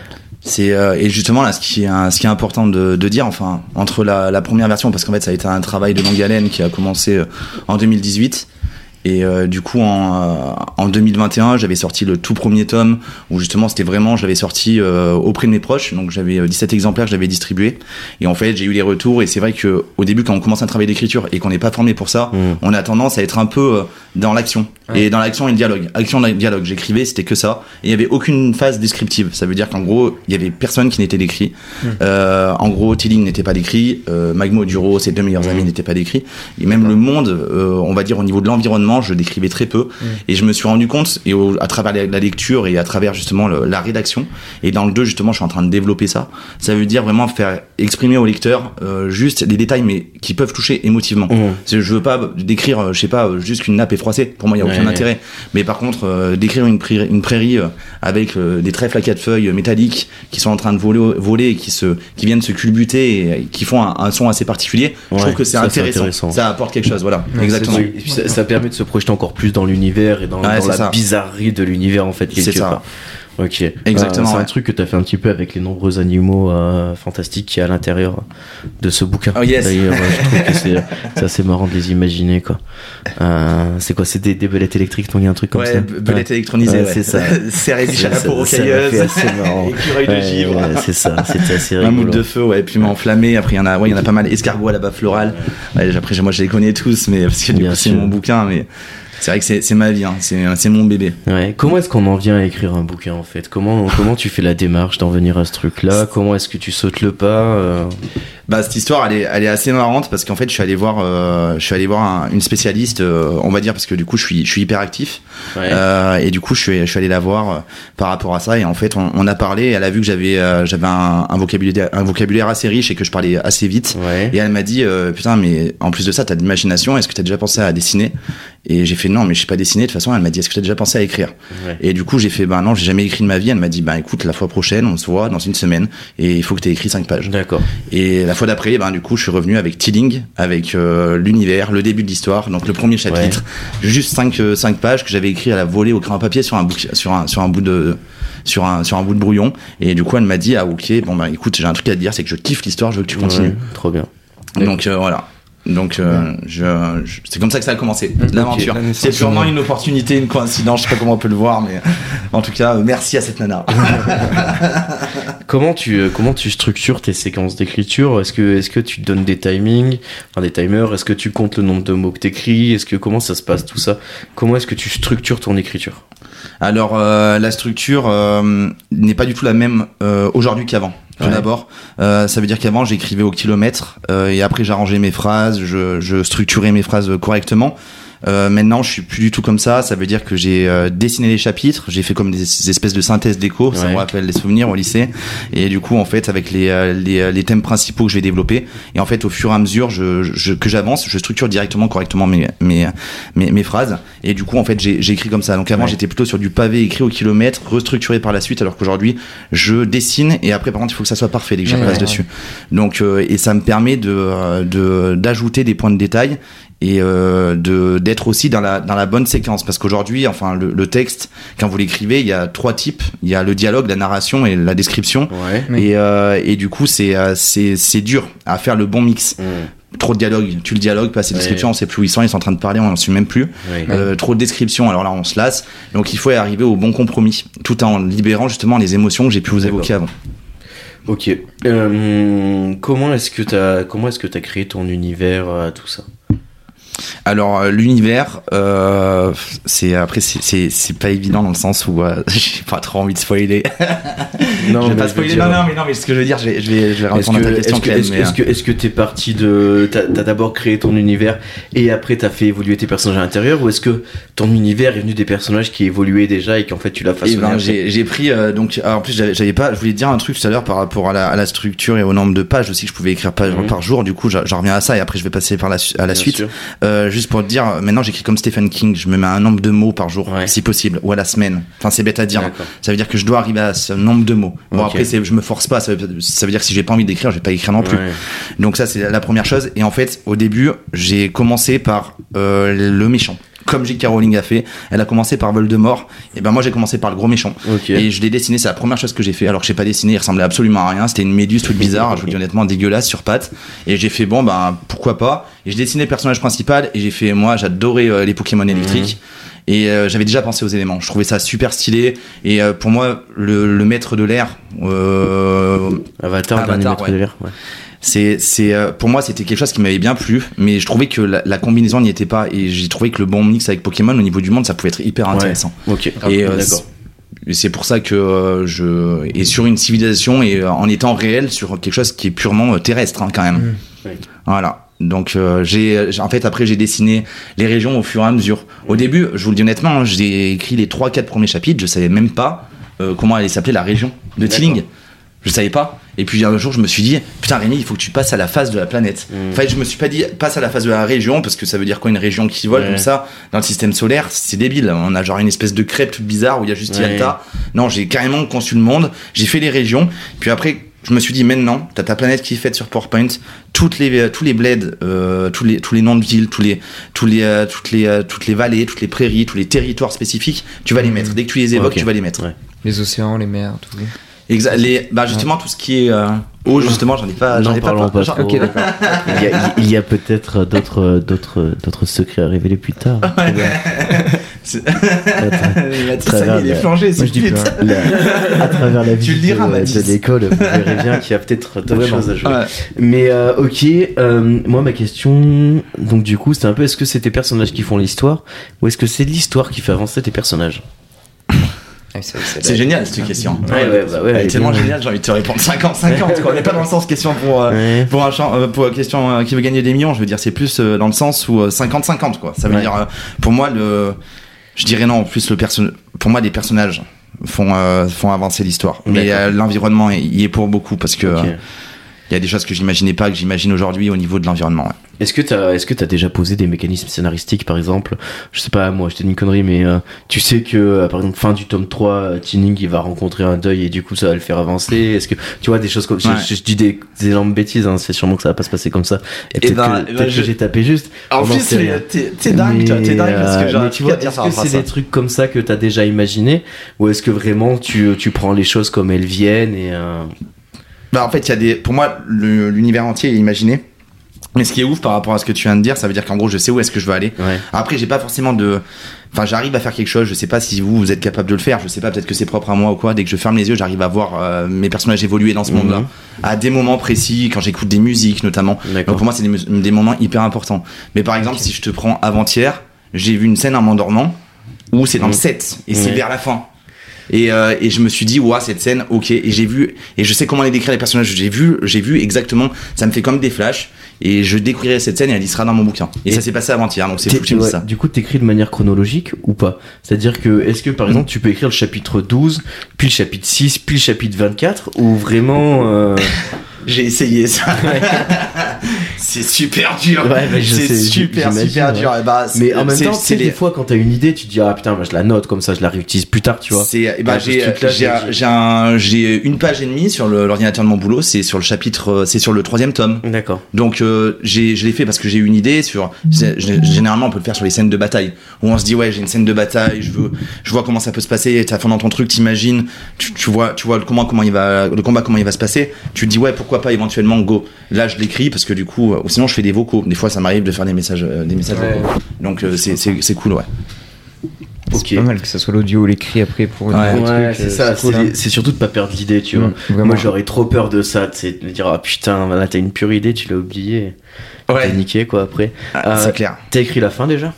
C'est euh, et justement là, ce qui est un- ce qui est important de, de dire, enfin, entre la, la première version, parce qu'en fait ça a été un travail de longue haleine qui a commencé euh, en deux mille dix-huit. Et euh, du coup, en, euh, en deux mille vingt et un, j'avais sorti le tout premier tome où justement c'était vraiment, je l'avais sorti euh, auprès de mes proches. Donc j'avais euh, dix-sept exemplaires que je l'avais distribué. Et en fait, j'ai eu les retours. Et c'est vrai que au début, quand on commence un travail d'écriture et qu'on n'est pas formé pour ça, Mmh. on a tendance à être un peu euh, dans l'action. Ouais. Et dans l'action et le dialogue. Action et dialogue. J'écrivais, c'était que ça. Et il y avait aucune phase descriptive. Ça veut dire qu'en gros, il y avait personne qui n'était décrit. Mmh. Euh, en gros, Tilling n'était pas décrit. Euh, Magmo, Duro, ses deux meilleurs Mmh. amis n'étaient pas décrits. Et même le monde, euh, on va dire au niveau de l'environnement, je décrivais très peu. Mmh. Et je me suis rendu compte, et au- à travers la, la lecture et à travers justement le- la rédaction, et dans le deux justement, je suis en train de développer ça. Ça veut dire vraiment faire exprimer au lecteur euh, juste des détails, mais qui peuvent toucher émotivement. Mmh. C'est- Je veux pas décrire, euh, je sais pas, euh, juste qu'une nappe est froissée. Pour moi, il y a aucun Ouais. intérêt. Mais par contre, euh, décrire une prairie, une prairie euh, avec euh, des trèfles à quatre feuilles euh, métalliques qui sont en train de voler, voler et qui se, qui viennent se culbuter et, et qui font un, un son assez particulier. Je Ouais, trouve que c'est ça, c'est intéressant. intéressant. Ça apporte quelque chose. Voilà, Ouais, exactement. c'est Et puis ça, ça permet de se projeter encore plus dans l'univers et dans, Ouais, dans c'est la ça. bizarrerie de l'univers, en fait, quelque C'est ça. part. Ok. Exactement, Euh, c'est un ouais. truc que tu as fait un petit peu avec les nombreux animaux euh, fantastiques qu'il y a à l'intérieur de ce bouquin. Oh, yes. D'ailleurs, euh, je trouve que c'est, c'est assez marrant de les imaginer, quoi. Euh, c'est quoi? C'est des, des belettes électriques, donc il y a un truc comme Ouais, ça. b- belette électronisée, Ouais, ouais. c'est ça. Serre et biche à la Ça- peau ça m'a rocailleuse. fait assez marrant. Écureuil de Ouais, givre. ouais, c'est ça, c'était assez Un rigolo. moule de feu, ouais, piment enflammé. Après, il y en a, ouais, il y en a pas mal. Escargot à la baffe florale. Ouais, après, moi, je les connais tous, mais parce que du Bien coup, c'est sûr. mon bouquin, mais c'est vrai que c'est, c'est ma vie, hein. C'est, c'est mon bébé. Ouais. Comment est-ce qu'on en vient à écrire un bouquin, en fait? Comment, comment tu fais la démarche d'en venir à ce truc-là? Comment est-ce que tu sautes le pas? euh Bah, cette histoire, elle est, elle est assez marrante parce qu'en fait, je suis allé voir, euh, je suis allé voir un- une spécialiste, euh, on va dire, parce que du coup, je suis, je suis hyper actif. Ouais. Euh, et du coup, je suis, je suis allé la voir euh, par rapport à ça. Et en fait, on, on a parlé. Elle a vu que j'avais, euh, j'avais un, un vocabulaire, un vocabulaire assez riche et que je parlais assez vite. Ouais. Et elle m'a dit, euh, putain, mais en plus de ça, t'as de l'imagination. Est-ce que t'as déjà pensé à dessiner? Et j'ai fait non, mais je sais pas dessiner. De toute façon, elle m'a dit, est-ce que t'as déjà pensé à écrire? Ouais. Et du coup, j'ai fait, bah non, j'ai jamais écrit de ma vie. Elle m'a dit, bah écoute, la fois prochaine, on se voit dans une semaine et il faut que t'aies écrit cinq pages. D'accord. Et la fois d'après, ben du coup, je suis revenu avec Tilling, avec euh, l'univers, le début de l'histoire, donc le premier chapitre, juste cinq euh, cinq pages que j'avais écrit à la volée au crayon à papier sur un bout, sur un sur un bout de sur un sur un bout de brouillon. Et du coup, elle m'a dit ah ok, bon bah écoute, j'ai un truc à te dire, c'est que je kiffe l'histoire, je veux que tu continues. Ouais, trop bien. Donc euh, voilà. Donc euh, je, je- c'est comme ça que ça a commencé, Ok. l'aventure. La naissance C'est purement d'une- une opportunité, une coïncidence, je sais pas comment on peut le voir, mais en tout cas, euh, merci à cette nana. Comment tu, euh, comment tu structures tes séquences d'écriture? Est-ce que, est-ce que tu te donnes des timings, enfin des timers? Est-ce que tu comptes le nombre de mots que t'écris? Est-ce que, comment ça se passe tout ça? Comment est-ce que tu structures ton écriture? Alors euh, la structure euh, n'est pas du tout la même euh, aujourd'hui qu'avant. Tout Ouais. d'abord, euh, ça veut dire qu'avant j'écrivais au kilomètre euh, et après j'arrangeais mes phrases, je, je structurais mes phrases correctement. Euh, maintenant, je suis plus du tout comme ça. Ça veut dire que j'ai euh, dessiné les chapitres, j'ai fait comme des, des espèces de synthèses d'écho. Ça Ouais. me rappelle les souvenirs au lycée. Et du coup, en fait, avec les, euh, les, les thèmes principaux que je vais développer, et en fait, au fur et à mesure je, je, que j'avance, je structure directement correctement mes, mes, mes, mes phrases. Et du coup, en fait, j'ai, j'ai écrit comme ça. Donc avant, Ouais. j'étais plutôt sur du pavé écrit au kilomètre, restructuré par la suite, alors qu'aujourd'hui, je dessine et après, par contre, il faut que ça soit parfait dès que j'y Ouais, passe ouais. dessus. Donc, euh, et ça me permet de, euh, de, d'ajouter des points de détail et euh, de d'être aussi dans la dans la bonne séquence, parce qu'aujourd'hui, enfin le, le texte, quand vous l'écrivez, il y a trois types, il y a le dialogue, la narration et la description. Ouais. Oui. Et euh, et du coup c'est euh, c'est c'est dur à faire le bon mix. Mmh. Trop de dialogue, tu le dialogues, pas assez de Ouais. description, on sait plus où ils sont, ils sont en train de parler, on en suit même plus. Ouais. Euh, trop de description, alors là on se lasse. Donc il faut arriver au bon compromis, tout en libérant justement les émotions que j'ai pu vous D'accord. évoquer avant. Ok. Euh, comment est-ce que t'as comment est-ce que t'as créé ton univers, euh, tout ça? Alors euh, l'univers, euh, c'est après c'est c'est c'est pas évident dans le sens où euh, j'ai pas trop envie de spoiler. Non, je vais mais pas je veux spoiler. dire- Non non mais non mais ce que je veux dire, je vais je vais je vais Est-ce répondre que, à ta question. est-ce que, Clem, est-ce que, mais, est-ce que, est-ce que t'es parti de, t'as, t'as d'abord créé ton univers et après t'as fait évoluer tes personnages à l'intérieur, ou est-ce que ton univers est venu des personnages qui évoluaient déjà et qu'en fait tu l'as Et façonné ben, après? j'ai j'ai pris euh, donc alors, en plus j'avais, j'avais pas je voulais te dire un truc tout à l'heure par rapport à la, à la structure et au nombre de pages aussi que je pouvais écrire page Mhm. par jour, du coup j'en j'en reviens à ça et après je vais passer par la su- à la Bien suite. sûr. Euh, juste pour te dire, maintenant j'écris comme Stephen King, je me mets un nombre de mots par jour Ouais. si possible, ou à la semaine. Enfin c'est bête à dire, D'accord. ça veut dire que je dois arriver à ce nombre de mots. Bon Ok. après c'est, je me force pas, ça veut, ça veut dire que si j'ai pas envie d'écrire je vais pas écrire non plus. Ouais. Donc ça c'est la première chose. Et en fait au début j'ai commencé par euh, le méchant, comme J K Rowling a fait. Elle a commencé par Voldemort, et ben moi j'ai commencé par le gros méchant. Ok. Et je l'ai dessiné, c'est la première chose que j'ai fait. Alors que j'ai pas dessiné, il ressemblait absolument à rien. C'était une méduse toute bizarre, je vous dis honnêtement dégueulasse sur pattes. Et j'ai fait bon ben pourquoi pas. Et j'ai dessiné le personnage principal et j'ai fait moi j'adorais euh, les Pokémon électriques. Et euh, j'avais déjà pensé aux éléments. Je trouvais ça super stylé. Et euh, pour moi le, le maître de l'air. Euh, Avatar, Avatar, dernier maître ouais. de l'air. Ouais. c'est c'est euh, pour moi c'était quelque chose qui m'avait bien plu, mais je trouvais que la, la combinaison n'y était pas, et j'ai trouvé que le bon mix avec Pokémon au niveau du monde ça pouvait être hyper intéressant. Ok. Et Ah, euh, d'accord. Et c'est pour ça que euh, je et sur une civilisation et euh, en étant réel sur quelque chose qui est purement euh, terrestre hein, quand même. Mmh. Oui. Voilà. Donc euh, j'ai j'ai- en fait après j'ai dessiné les régions au fur et à mesure. Au début, je vous le dis honnêtement, hein, j'ai écrit les trois quatre premiers chapitres, je savais même pas euh, comment allait s'appeler la région de D'accord. Tilling. Je savais pas. Et puis un jour, je me suis dit, putain Rémi, il faut que tu passes à la face de la planète. Mm. En fait, je me suis pas dit, passe à la face de la région, parce que ça veut dire quoi une région qui vole Ouais. comme ça dans le système solaire, c'est débile. On a genre une espèce de crêpe toute bizarre où il y a juste Ouais. Yalta. Non, j'ai carrément conçu le monde. J'ai fait les régions. Puis après, je me suis dit, maintenant, t'as ta planète qui est faite sur PowerPoint. Toutes les, tous les bleds, euh, tous les, tous les noms de villes, tous les, tous les, euh, toutes les, euh, toutes les vallées, toutes les prairies, tous les territoires spécifiques, tu vas les mettre. Dès que tu les évoques, Ok. tu vas les mettre. Ouais. Les océans, les mers, tout. Exa- les, bah justement tout ce qui est euh, eau, justement j'en ai pas, j'en N'en ai pas. parlons pas j'en- trop. Ok, d'accord. Il y a, il y a peut-être d'autres, d'autres, d'autres secrets à révéler plus tard. C'est- Attends. Mathis, Travers ça y est, il est la- flangé, Moi, c'est je dis vite. pas. La- à travers la vie Tu le diras, de, Mathis. de l'école, vous verrez bien qu'il y a peut-être d'autres Vraiment. choses à jouer. Ouais. Mais euh, ok, euh, moi ma question, donc du coup, c'est un peu, est-ce que c'est tes personnages qui font l'histoire, ou est-ce que c'est l'histoire qui fait avancer tes personnages? Ah, c'est, c'est- C'est génial cette question. Ouais, ouais, bah ouais, Elle elle est est tellement bien. géniale, j'ai envie de te répondre cinquante cinquante. quoi. On n'est pas dans le sens question pour, euh, Ouais. pour un champ, euh, pour question euh, qui veut gagner des millions. Je veux dire, c'est plus euh, dans le sens où euh, cinquante cinquante quoi. Ça veut Ouais. dire, euh, pour moi, le, je dirais non, en plus le perso, pour moi, les personnages font, euh, font avancer l'histoire. Mais D'accord. euh, l'environnement y est pour beaucoup parce que. Ok. euh, il y a des choses que j'imaginais pas, que j'imagine aujourd'hui au niveau de l'environnement. Ouais. Est-ce que t'as, est-ce que t'as déjà posé des mécanismes scénaristiques, par exemple? Je sais pas, moi, je te dis une connerie, mais euh, tu sais que, euh, par exemple, fin du tome trois, euh, Tinning, il va rencontrer un deuil et du coup, ça va le faire avancer. Est-ce que, tu vois, des choses comme, je- Ouais. je, je dis des, des énormes bêtises, hein, c'est sûrement que ça va pas se passer comme ça. Et peut-être ben, que, eh ben, peut-être je- que j'ai tapé juste. En On n'en plus, sait rien. t'es t'es dingue, toi, t'es dingue parce que euh, j'ai un mais truc tu vois, à dire est-ce par que rapport à c'est ça. des trucs comme ça que t'as déjà imaginé, ou est-ce que vraiment tu, tu prends les choses comme elles viennent et euh... Bah en fait, il y a des, pour moi, le- l'univers entier est imaginé. Mais ce qui est ouf par rapport à ce que tu viens de dire, ça veut dire qu'en gros, je sais où est-ce que je veux aller. ouais. Après, j'ai pas forcément de, enfin, j'arrive à faire quelque chose. Je sais pas si vous, vous êtes capable de le faire. Je sais pas, peut-être que c'est propre à moi ou quoi. Dès que je ferme les yeux, j'arrive à voir euh, mes personnages évoluer dans ce Mhm. monde-là. À des moments précis, quand j'écoute des musiques notamment. D'accord. Donc pour moi, c'est des, mu- des moments hyper importants. Mais par exemple, si je te prends avant-hier, j'ai vu une scène en m'endormant où c'est dans Mhm. le sept et c'est Ouais. vers la fin. Et, euh, et je me suis dit, ouah, cette scène, ok. Et j'ai vu, et je sais comment les décrire les personnages. J'ai vu, j'ai vu exactement, ça me fait comme des flashs. Et je découvrirai cette scène et elle y sera dans mon bouquin. Et, Et ça s'est passé avant-hier, donc c'est T'es- fou que tu me ouais, dises ça. Du coup, t'écris de manière chronologique ou pas? C'est-à-dire que, est-ce que par exemple, tu peux écrire le chapitre douze, puis le chapitre six, puis le chapitre vingt-quatre, ou vraiment. Euh... J'ai essayé ça. c'est super dur. Ouais, bah, je c'est sais, super j'imagine, super ouais. dur. Et bah, Mais en même c'est, temps, tu c'est sais, les- des fois, quand t'as une idée, tu te dis, ah putain, bah, je la note, comme ça, je la réutilise plus tard, tu vois. C'est, eh ben, Ah, j'ai, ce truc-là, j'ai, j'ai- j'ai, un, j'ai une page et demie sur le, l'ordinateur de mon boulot. C'est sur le chapitre, c'est sur le troisième tome. D'accord. Donc euh, j'ai, je l'ai fait parce que j'ai eu une idée sur. c'est- Généralement, on peut le faire sur les scènes de bataille où on se dit ouais, j'ai une scène de bataille, je veux, je vois comment ça peut se passer. T'as fond dans ton truc, t'imagines, tu, tu vois, tu vois le comment, comment il va, le combat, comment il va se passer. Tu te dis ouais, pourquoi pas éventuellement go. Là, je l'écris parce que du coup, euh, ou sinon je fais des vocaux. Des fois, ça m'arrive de faire des messages, euh, des messages Ouais. vocaux. Donc euh, c'est, c'est, c'est cool, ouais. Ok. C'est pas mal que ça soit l'audio ou l'écrit après pour Ouais, dire le Ouais, truc, c'est euh, ça, cool, c'est, hein. c'est surtout de pas perdre l'idée, tu vois. Mm, vraiment. Moi, j'aurais trop peur de ça, c'est de me dire, ah putain, là, t'as une pure idée, tu l'as oublié. T'as niqué, quoi, après. Ah, Euh, c'est clair. T'as écrit la fin déjà?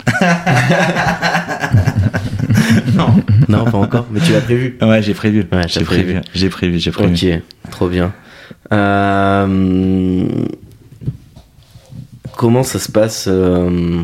Non. Non, pas encore, mais tu l'as prévu. Ouais, j'ai prévu. Ouais, j'ai t'as prévu. prévu. J'ai prévu. J'ai prévu. Ok, trop bien. Euh, Comment ça se passe euh,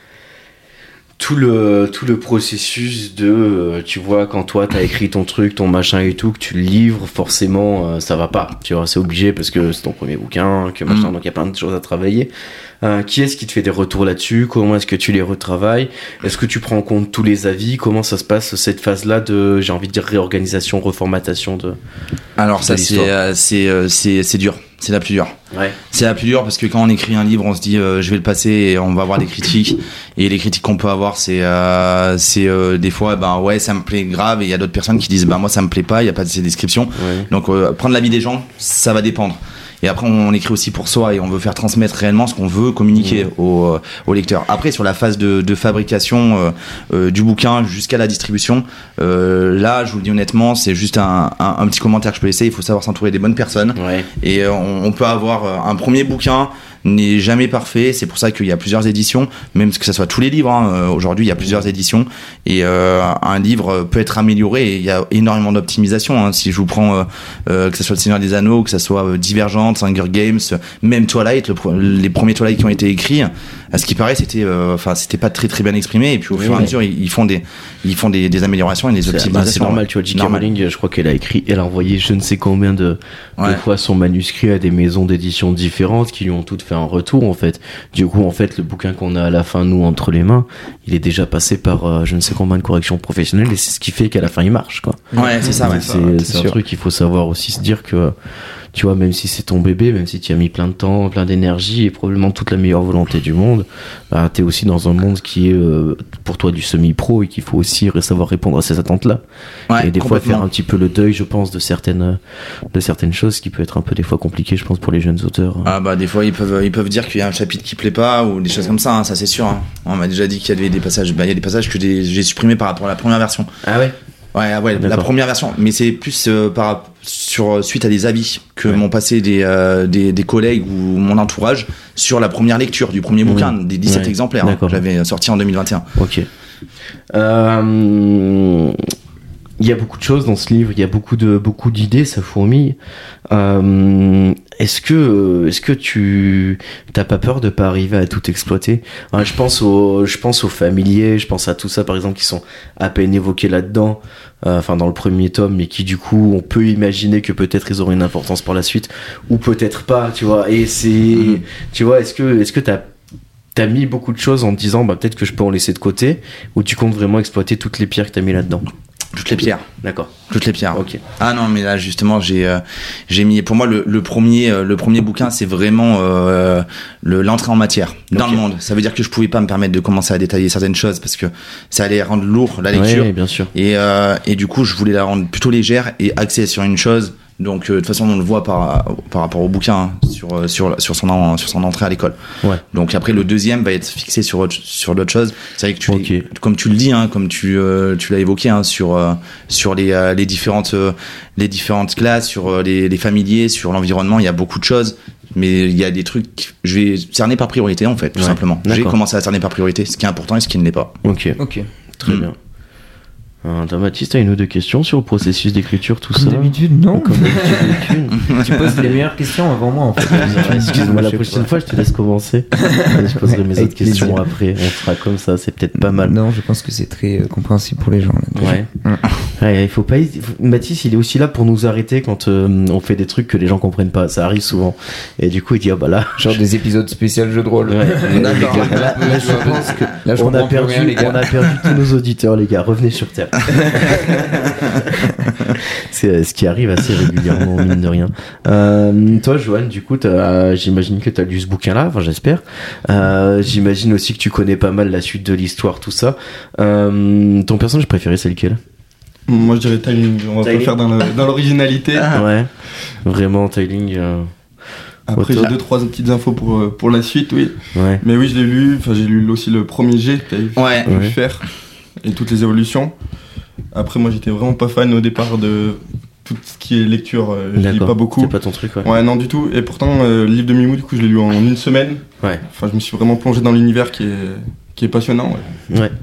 tout le tout le processus de euh, tu vois, quand toi t'as écrit ton truc, ton machin et tout, que tu le livres, forcément euh, ça va pas, tu vois, c'est obligé parce que c'est ton premier bouquin, que machin, Mm. donc il y a plein de choses à travailler. Euh, qui est-ce qui te fait des retours là-dessus? Comment est-ce que tu les retravailles? Est-ce que tu prends en compte tous les avis? Comment ça se passe, cette phase-là de, j'ai envie de dire, réorganisation, reformatation de... Alors ça de c'est l'histoire. euh, c'est euh, c'est c'est dur. C'est la plus dure. Ouais. C'est la plus dure parce que quand on écrit un livre, on se dit euh, je vais le passer et on va avoir des critiques. Et les critiques qu'on peut avoir, c'est euh, c'est euh, des fois ben ouais ça me plaît grave et il y a d'autres personnes qui disent bah moi ça me plaît pas, il y a pas de ces descriptions. Ouais. Donc euh, prendre l'avis des gens, ça va dépendre. Et après, on écrit aussi pour soi et on veut faire transmettre réellement ce qu'on veut communiquer Mmh. au, euh, au lecteur. Après, sur la phase de, de fabrication euh, euh, du bouquin jusqu'à la distribution, euh, là, je vous le dis honnêtement, c'est juste un, un, un petit commentaire que je peux laisser. Il faut savoir s'entourer des bonnes personnes. Ouais. Et euh, on, on peut avoir euh, un premier bouquin n'est jamais parfait. C'est pour ça qu'il y a plusieurs éditions, même que ça soit tous les livres. Hein. Euh, Aujourd'hui, il y a plusieurs éditions et euh, un livre peut être amélioré. Et il y a énormément d'optimisation. Hein. Si je vous prends euh, euh, que ça soit le Seigneur des Anneaux, que ça soit euh, Divergente, Hunger Games, même Twilight, le, pro- les premiers Twilight qui ont été écrits, à ce qui paraît, c'était, enfin, euh, c'était pas très très bien exprimé. Et puis au Oui, fur et à ouais. mesure, ils, ils font des, ils font des, des améliorations et des C'est, bah, optimisations. c'est normal, tu vois, J K Normal. Rowling, je crois qu'elle a écrit, elle a envoyé je ne sais combien de, de Ouais. fois son manuscrit à des maisons d'édition différentes qui lui ont toutes fait un retour, en fait. Du coup, en fait, le bouquin qu'on a à la fin, nous, entre les mains, il est déjà passé par euh, je ne sais combien de corrections professionnelles et c'est ce qui fait qu'à la fin, il marche, quoi. Ouais, c'est ça. Ouais. c'est c'est c'est un sûr. truc qu'il faut savoir aussi se dire que, tu vois, même si c'est ton bébé, même si tu as mis plein de temps, plein d'énergie et probablement toute la meilleure volonté du monde, bah, t'es aussi dans un monde qui est euh, pour toi du semi-pro et qu'il faut aussi savoir répondre à ces attentes-là. Ouais, Et des fois complètement. faire un petit peu le deuil, je pense, de certaines, de certaines choses qui peut être un peu des fois compliqué, je pense, pour les jeunes auteurs. Ah bah des fois ils peuvent ils peuvent dire qu'il y a un chapitre qui plaît pas ou des choses comme ça, hein, ça c'est sûr. Hein. On m'a déjà dit qu'il y avait des passages, bah il y a des passages que j'ai, j'ai supprimés par rapport à la première version. Ah ouais. Ouais ouais la D'accord. première version, mais c'est plus euh, par sur suite à des avis que Ouais. m'ont passé des, euh, des des collègues ou mon entourage sur la première lecture du premier Mmh. bouquin, des dix-sept Ouais. exemplaires hein, D'accord. que j'avais sorti en deux mille vingt et un. Ok. Euh, Il y a beaucoup de choses dans ce livre, il y a beaucoup de beaucoup d'idées, ça fourmille. Euh, est-ce que est-ce que tu t'as pas peur de pas arriver à tout exploiter? Hein, je pense aux je pense aux familiers, je pense à tout ça par exemple qui sont à peine évoqués là-dedans, euh, enfin dans le premier tome, mais qui du coup on peut imaginer que peut-être ils auront une importance par la suite ou peut-être pas, tu vois. Et c'est Mhm. tu vois, est-ce que est-ce que t'as T'as mis beaucoup de choses en te disant bah peut-être que je peux en laisser de côté, ou tu comptes vraiment exploiter toutes les pierres que t'as mis là-dedans? Toutes les pierres. D'accord. Toutes les pierres. Ok. Ah non, mais là justement, j'ai euh, j'ai mis pour moi le, le premier euh, le premier bouquin, c'est vraiment euh, le l'entrée en matière dans Ok. le monde. Ça veut dire que je pouvais pas me permettre de commencer à détailler certaines choses parce que ça allait rendre lourd la lecture. Ouais, bien sûr. Et euh, et du coup, je voulais la rendre plutôt légère et axée sur une chose. Donc euh, de toute façon, on le voit par par rapport au bouquin hein, sur euh, sur sur son en- sur son entrée à l'école. Ouais. Donc après le deuxième va être fixé sur autre- sur d'autres choses. C'est vrai que tu Ok. l'as- comme tu le dis hein, comme tu euh, tu l'as évoqué hein, sur euh, sur les euh, les différentes euh, les différentes classes, sur euh, les les familiers, sur l'environnement, il y a beaucoup de choses. Mais il y a des trucs que je vais cerner par priorité en fait, tout Ouais. simplement. J'ai D'accord. commencé à cerner par priorité, ce qui est important et ce qui ne l'est pas. Ok. Ok. Très Mm. bien. Euh, toi, Mathis, t'as une ou deux questions sur le processus d'écriture, tout Comme ça d'habitude, non. Comme d'habitude, aucune. Tu poses les meilleures questions avant moi en fait. Excuse-moi, la prochaine fois, je te laisse commencer. Je poserai Ouais, mes avec autres questions plaisir. après. On fera comme ça, c'est peut-être pas mal. Non, je pense que c'est très euh, compréhensible pour les gens. Là, déjà. Ouais. Mm. Ouais, il faut pas. hésiter. Mathis, il est aussi là pour nous arrêter quand euh, on fait des trucs que les gens comprennent pas. Ça arrive souvent. Et du coup, il dit ah bah là. Genre des épisodes spéciaux jeux de rôle. Ouais. D'accord. Là, là, là, je pense que Là, je on a comprends plus perdu, rien, les gars. on a perdu tous nos auditeurs, les gars. Revenez sur terre. C'est euh, ce qui arrive assez régulièrement, mine de rien. Euh, toi, Joanne, du coup, t'as- j'imagine que tu as lu ce bouquin-là, enfin j'espère. Euh, j'imagine aussi que tu connais pas mal la suite de l'histoire, tout ça. Euh, ton personnage préféré, c'est lequel? Moi, je dirais Tiling. On va Tiling. pas faire dans la- dans l'originalité. Ouais, vraiment, Tiling. Euh... Après, Auto- j'ai deux, trois petites infos pour, euh, pour la suite, oui. Ouais. Mais oui, je l'ai lu. Enfin, j'ai lu aussi le premier G que t'avais Ouais. pu Ouais. faire et toutes les évolutions. Après, moi, j'étais vraiment pas fan au départ de tout ce qui est lecture. euh, Je lis D'accord. pas beaucoup. C'est pas ton truc, ouais. Ouais, non, du tout. Et pourtant, euh, le livre de Mimou, du coup, je l'ai lu en une semaine. Ouais. Enfin, je me suis vraiment plongé dans l'univers qui est, qui est passionnant. Ouais. Ouais.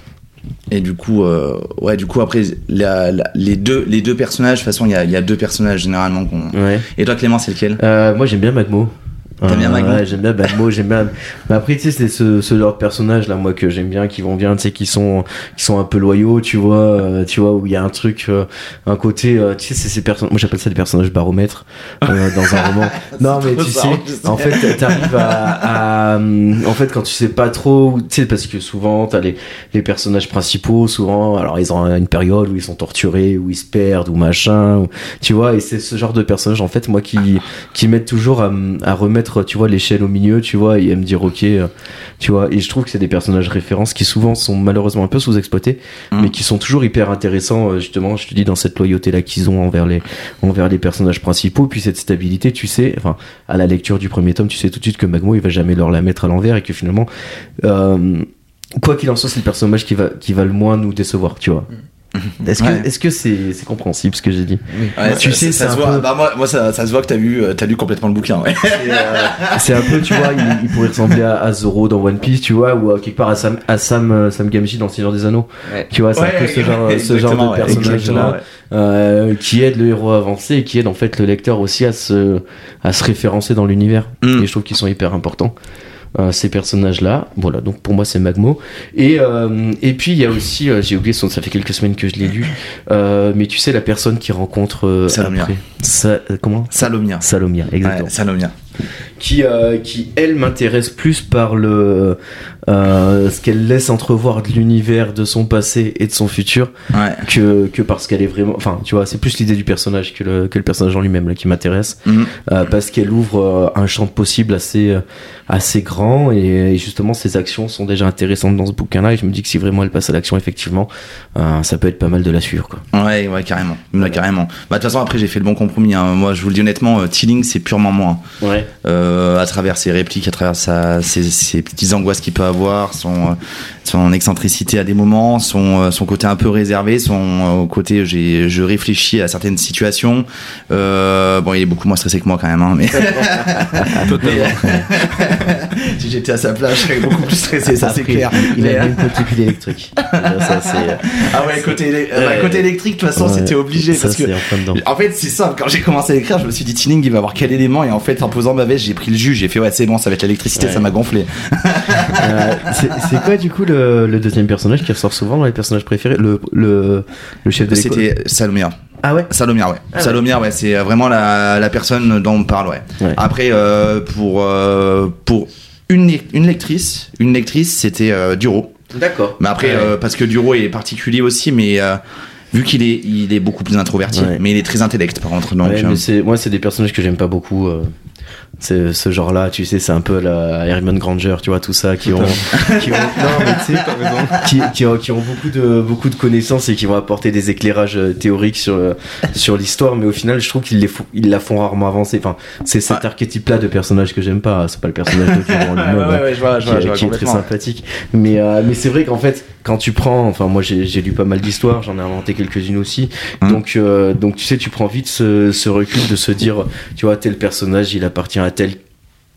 Et du coup, euh, ouais, du coup après la, la- les deux, les deux personnages. De toute façon, il y a, il y a deux personnages généralement. qu'on- Ouais. Et toi, Clément, c'est lequel? Euh, moi, j'aime bien Magmo. T'aimes bien Magmo? Ouais, j'aime bien Magmo, j'aime bien. Mais après, tu sais, c'est ce, ce genre de personnage là, moi, que j'aime bien, qui vont bien, tu sais, qui sont, qui sont un peu loyaux, tu vois, euh, tu vois, où il y a un truc, euh, un côté, euh, tu sais, c'est ces personnages, moi j'appelle ça des personnages baromètres, euh, dans un roman. Non, mais trop tu ça, sais, en plus. en fait, t'arrives à, à, en fait, quand tu sais pas trop, tu sais, parce que souvent, t'as les, les personnages principaux, souvent, alors ils ont une période où ils sont torturés, où ils se perdent, ou machin, ou, tu vois, et c'est ce genre de personnages, en fait, moi, qui, qui m'aident toujours à, m- à remettre, tu vois, l'échelle au milieu, tu vois, et à me dire, ok, euh, tu vois, et je trouve que c'est des personnages références qui souvent sont malheureusement un peu sous-exploités, Mm. mais qui sont toujours hyper intéressants, euh, justement, je te dis, dans cette loyauté-là qu'ils ont envers les, envers les personnages principaux, puis cette stabilité, tu sais, enfin, à la lecture du premier tome, tu sais tout de suite que Magmo, il va jamais leur la mettre à l'envers, et que finalement, euh, quoi qu'il en soit, c'est le personnage qui va, qui va le moins nous décevoir, tu vois. Est-ce que, Ouais. est-ce que c'est, c'est compréhensible ce que j'ai dit? Ouais, Tu ça- sais, ça, c'est ça un se voit. peu- Bah moi, moi ça, ça se voit que t'as lu, euh, t'as lu complètement le bouquin. Ouais. C'est, euh, c'est un peu, tu vois, il, il pourrait ressembler à, à Zoro dans One Piece, tu vois, ou à, quelque part à Sam, à Sam, euh, Sam Gamgee dans Le Seigneur des Anneaux. Ouais. Tu vois, c'est un peu ce genre, ce genre Exactement, de ouais, personnage exactement, là, ouais. euh, qui aide le héros à avancer et qui aide en fait le lecteur aussi à se, à se référencer dans l'univers. Mm. Et je trouve qu'ils sont hyper importants. Euh, ces personnages-là, voilà. Donc pour moi c'est Magmo. Et euh, et puis il y a aussi, euh, j'ai oublié son, ça fait quelques semaines que je l'ai lu, euh, mais tu sais la personne qui rencontre euh, Salomia. après, Sa- euh, comment Salomia. Salomia, exactement. Ouais, Salomia. Qui euh, qui elle m'intéresse plus par le euh, ce qu'elle laisse entrevoir de l'univers, de son passé et de son futur, Ouais. que que parce qu'elle est vraiment, enfin tu vois, c'est plus l'idée du personnage que le que le personnage en lui-même là qui m'intéresse. Mhm. Euh, parce qu'elle ouvre euh, un champ de possibles assez euh, assez grand, et, et justement ses actions sont déjà intéressantes dans ce bouquin-là, et je me dis que si vraiment elle passe à l'action, effectivement, euh, ça peut être pas mal de la suivre, quoi. Ouais, ouais, carrément. Ouais, carrément. Bah, de toute façon, après, j'ai fait le bon compromis. Hein. Moi, je vous le dis honnêtement, euh, Tiling, c'est purement moi. Ouais. Euh, à travers ses répliques, à travers sa, ses, ses petites angoisses qu'il peut avoir, son, euh, son excentricité à des moments, son, euh, son côté un peu réservé, son euh, côté, j'ai, je réfléchis à certaines situations. Euh, bon, il est beaucoup moins stressé que moi quand même, hein, mais. Si j'étais à sa place, je serais beaucoup plus stressé, ça c'est Après, clair. Il Mais, a euh, même côté pile électrique. Ça, c'est, ah ouais, côté, élé- Ouais. bah, côté électrique, de toute façon, ouais, c'était obligé ça, parce que. c'est en plein dedans. En fait, c'est simple. Quand j'ai commencé à écrire, je me suis dit, Tiling, il va avoir quel élément? Et en fait, en posant ma veste, j'ai pris le jus. J'ai fait, ouais, c'est bon, ça va être l'électricité, Ouais. ça m'a gonflé. Euh, c'est, c'est quoi du coup le, le deuxième personnage qui ressort souvent dans les personnages préférés, le le le chef de l'école? C'était Salomia. Ah ouais. Salomia, ouais. Ah ouais. Salomia, ouais, c'est vraiment la, la personne dont on parle, ouais. Ouais. Après, euh, pour, euh, pour une, une lectrice, une lectrice, c'était euh, Duro. D'accord. Mais après, Ouais. euh, parce que Duro est particulier aussi, mais euh, vu qu'il est, il est beaucoup plus introverti, Ouais. mais il est très intellect, par contre. Donc, Ouais, euh, mais c'est, moi, c'est des personnages que j'aime pas beaucoup. euh, c'est ce genre-là, tu sais, c'est un peu la Hermione Granger, tu vois, tout ça, qui ont, qui ont, non, mais tu sais, qui, qui ont, qui ont beaucoup de, beaucoup de connaissances et qui vont apporter des éclairages euh, théoriques sur, euh, sur l'histoire, mais au final, je trouve qu'ils les font, ils la font rarement avancer. Enfin, c'est cet Ouais. archétype-là de personnage que j'aime pas. C'est pas le personnage de Duro en lui-même, ouais, ouais, ouais, je vois, je qui, vois, je vois qui est très complètement. sympathique. Mais, euh, mais c'est vrai qu'en fait, quand tu prends, enfin, moi, j'ai, j'ai lu pas mal d'histoires, j'en ai inventé quelques-unes aussi. Hum. Donc, euh, donc, tu sais, tu prends vite ce, ce recul de se dire, tu vois, tel personnage, il appartient à tel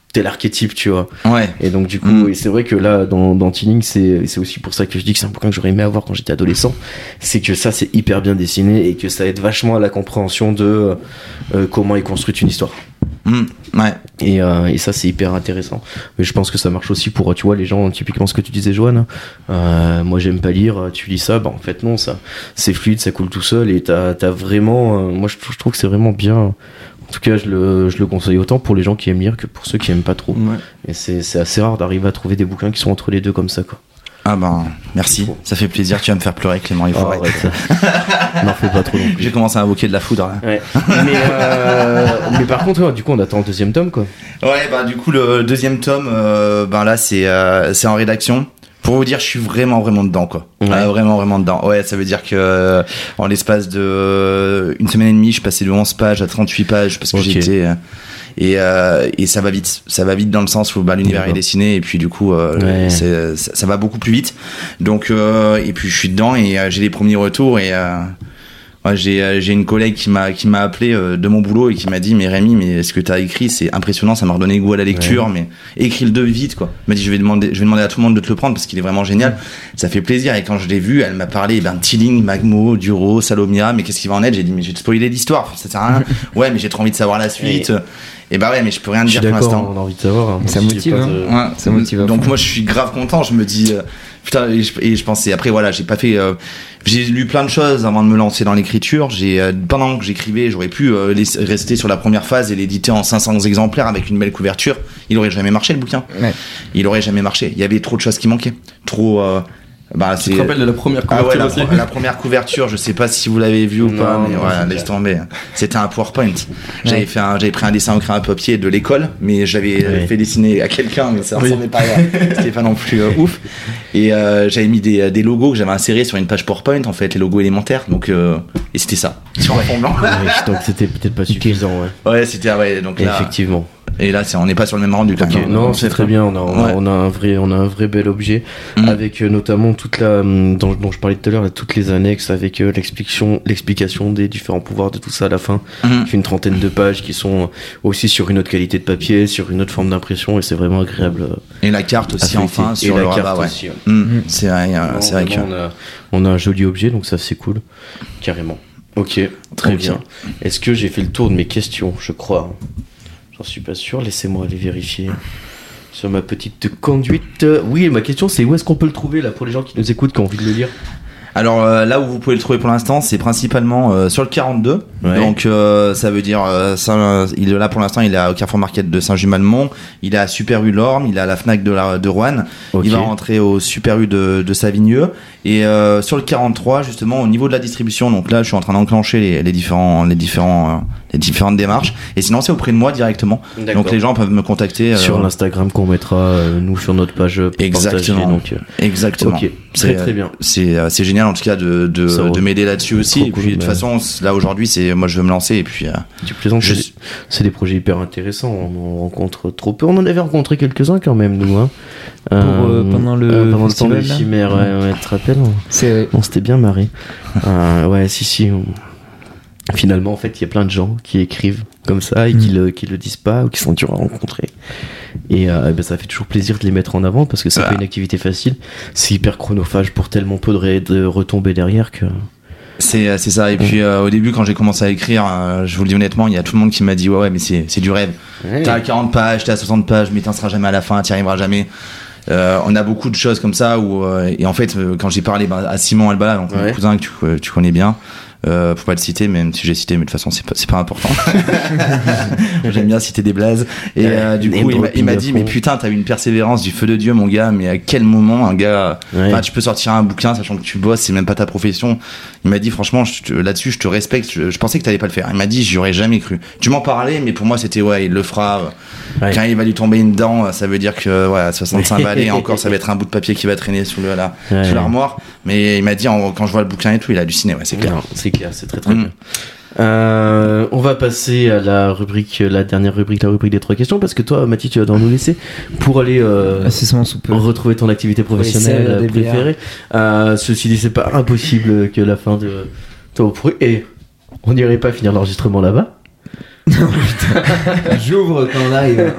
tel archétype, tu vois. Ouais. Et donc du coup, Mm. et c'est vrai que là, dans, dans Teeling, c'est, c'est aussi pour ça que je dis que c'est un bouquin que j'aurais aimé avoir quand j'étais adolescent. C'est que ça, c'est hyper bien dessiné et que ça aide vachement à la compréhension de euh, comment est construite une histoire. Mm. Ouais. Et, euh, et ça, c'est hyper intéressant. Mais je pense que ça marche aussi pour, tu vois, les gens, typiquement ce que tu disais, Joanne. Euh, moi, j'aime pas lire. Tu lis ça, bah en fait non, ça, c'est fluide, ça coule tout seul et t'as, t'as vraiment. Euh, moi, je, je trouve que c'est vraiment bien. En tout cas, je le, je le conseille autant pour les gens qui aiment lire que pour ceux qui aiment pas trop. Ouais. Et c'est, c'est assez rare d'arriver à trouver des bouquins qui sont entre les deux comme ça, quoi. Ah ben, merci. Ça fait plaisir. Tu vas me faire pleurer, Clément. Il faut Oh, arrêter. arrête ça. N'en fais pas trop non plus. J'ai commencé à invoquer de la foudre. Là. Ouais. Mais, euh, mais par contre, ouais, du coup, on attend le deuxième tome, quoi. Ouais, bah du coup le deuxième tome, euh, ben là c'est euh, c'est en rédaction. Pour vous dire, je suis vraiment vraiment dedans quoi. Ouais. Ah, vraiment vraiment dedans. Ouais, ça veut dire que euh, en l'espace de euh, une semaine et demie, je suis passé de onze pages à trente-huit pages parce que Ok. j'étais euh, et euh, et ça va vite. Ça va vite dans le sens où bah l'univers D'accord. est dessiné et puis du coup euh, Ouais. c'est, ça, ça va beaucoup plus vite. Donc euh, et puis je suis dedans et euh, j'ai les premiers retours et euh, ouais, j'ai euh, j'ai une collègue qui m'a qui m'a appelé euh, de mon boulot et qui m'a dit mais Rémi mais ce que t'as écrit c'est impressionnant, ça m'a redonné goût à la lecture Ouais. mais écris le deux vite quoi. Elle m'a dit je vais demander je vais demander à tout le monde de te le prendre parce qu'il est vraiment génial. Ça fait plaisir et quand je l'ai vu elle m'a parlé eh ben Teeling, Magmo, Duro, Salomia mais qu'est-ce qui va en être. J'ai dit mais je vais te spoiler l'histoire ça sert à rien. Ouais mais j'ai trop envie de savoir la suite. Et bah ouais mais je peux rien te Je suis dire pour d'accord, l'instant. on a envie de savoir. hein. Moi, Ça si j'ai motive, pas hein. de- Ouais, Ça motive à donc fond. moi je suis grave content, je me dis euh, putain et je, et je pensais après voilà, j'ai pas fait euh, j'ai lu plein de choses avant de me lancer dans l'écriture, j'ai euh, pendant que j'écrivais, j'aurais pu euh, laisser- rester sur la première phase et l'éditer en cinq cents exemplaires avec une belle couverture, il aurait jamais marché le bouquin. Ouais. Il aurait jamais marché, il y avait trop de choses qui manquaient. Trop euh, bah Tu c'est te rappelles de la première ah ouais, couverture la, aussi pro- la première couverture, je sais pas si vous l'avez vu ou Non, pas, mais non, ouais, c'est laisse clair. tomber. C'était un PowerPoint. J'avais fait un, j'avais pris un dessin au crayon à papier de l'école, mais j'avais Ouais. fait dessiner à quelqu'un, mais ça Oui. ressemblait pas, à- c'était pas non plus euh, ouf. Et euh, j'avais mis des, des logos que j'avais insérés sur une page PowerPoint, en fait, les logos élémentaires. Donc, euh, et c'était ça, sur un fond blanc. Ouais, donc c'était peut-être pas suffisant, ouais. Ouais, c'était ah ouais, donc là, Effectivement. et là, c'est, on n'est pas sur le même rendu. Quand Ok, même. non, c'est très bien. On a, on a, Ouais. on a un vrai, on a un vrai bel objet Mm. avec euh, notamment toute la, hum, dont, dont je parlais tout à l'heure, là, toutes les annexes avec euh, l'explication, l'explication des différents pouvoirs de tout ça à la fin. Mhm. Une trentaine de pages qui sont aussi sur une autre qualité de papier, sur une autre forme d'impression, et c'est vraiment agréable. euh, Et la carte à aussi, feuilleter. enfin, et sur la le carte rabat, ouais. aussi. ouais. Mm. C'est vrai, euh, Non, c'est vrai que. vraiment, on a, on a un joli objet, donc ça c'est cool, carrément. Ok, très Ok. bien. Est-ce que j'ai fait le tour de mes questions? Je crois. J'en suis pas sûr. Laissez-moi aller vérifier sur ma petite conduite. Oui, ma question c'est où est-ce qu'on peut le trouver là pour les gens qui nous écoutent, qui ont envie de le lire? Alors euh, là où vous pouvez le trouver pour l'instant, c'est principalement euh, sur le quarante-deux. Ouais. Donc euh, ça veut dire euh, Saint- il est là pour l'instant, il est au Carrefour Market de Saint-Just-Malmont, il est à Super U Lorme, il est à la Fnac de la de Roanne, Ok. il va rentrer au Super U de, de Savigneux et euh, sur le quarante-trois justement au niveau de la distribution. Donc là, je suis en train d'enclencher les, les différents les différents euh, les différentes démarches et sinon c'est auprès de moi directement. D'accord. Donc les gens peuvent me contacter euh, Sur l'Instagram qu'on mettra euh, nous sur notre page pour Exactement. partager. Donc, euh, exactement. ok, très C'est, très bien. C'est euh, c'est génial en tout cas de de, Ça va. de m'aider là-dessus aussi. Trop Et puis cool, de toute ouais. façon là aujourd'hui c'est moi je veux me lancer et puis euh, Tu plaisantes, Je- c'est des- c'est des projets hyper intéressants. On en rencontre trop peu. On en avait rencontré quelques-uns quand même, nous. Hein. euh, pendant le pendant le temps festival, des là chimères, ouais, ouais, tu te rappelles on, C'est on s'était bien marré. Euh, ouais, si, si. on- Finalement, en fait, il y a plein de gens qui écrivent comme ça et qui, Mm. le, qui le disent pas ou qui sont durs à rencontrer. Et euh, ben, ça fait toujours plaisir de les mettre en avant parce que c'est Ouais. pas une activité facile. C'est hyper chronophage pour tellement peu de, ré- de retombées derrière que. c'est c'est ça. Et puis euh, au début quand j'ai commencé à écrire, euh, je vous le dis honnêtement, il y a tout le monde qui m'a dit ouais ouais mais c'est c'est du rêve. T'es à quarante pages, t'es à soixante pages, mais t'en seras jamais à la fin, t'y arriveras jamais. Euh, on a beaucoup de choses comme ça où euh, et en fait euh, quand j'ai parlé bah, à Simon Albala, donc Ouais. mon cousin que tu, que tu connais bien, euh, faut pas le citer même si j'ai cité, mais de toute façon c'est pas c'est pas important. J'aime bien citer des blazes et Ouais, euh, du name coup il m'a- il m'a dropping dit à mais fond. putain t'as eu une persévérance du feu de Dieu mon gars, mais à quel moment un gars Ouais. enfin, tu peux sortir un bouquin sachant que tu bosses, c'est même pas ta profession. Il m'a dit franchement je te- là-dessus je te respecte, je, je pensais que t'allais pas le faire. Il m'a dit j'y aurais jamais cru. Tu m'en parlais mais pour moi c'était ouais il le fera. Ouais. Quand il va lui tomber une dent, ça veut dire que ouais, à soixante-cinq balais et encore ça va être un bout de papier qui va traîner sous le là, Ouais. sous l'armoire. Mais il m'a dit en- quand je vois le bouquin et tout, il a halluciné, ouais, c'est clair. Non, c'est clair, c'est très très Mm. bien. Euh, on va passer à la rubrique, la dernière rubrique, la rubrique des trois questions, parce que toi, Mathis, tu vas devoir nous laisser pour aller euh, incessamment sous peu. retrouver ton activité professionnelle celle euh, des préférée. Euh, ceci dit, c'est pas impossible que la fin de toi au bruit et on n'irait pas finir l'enregistrement là-bas. J'ouvre quand on arrive.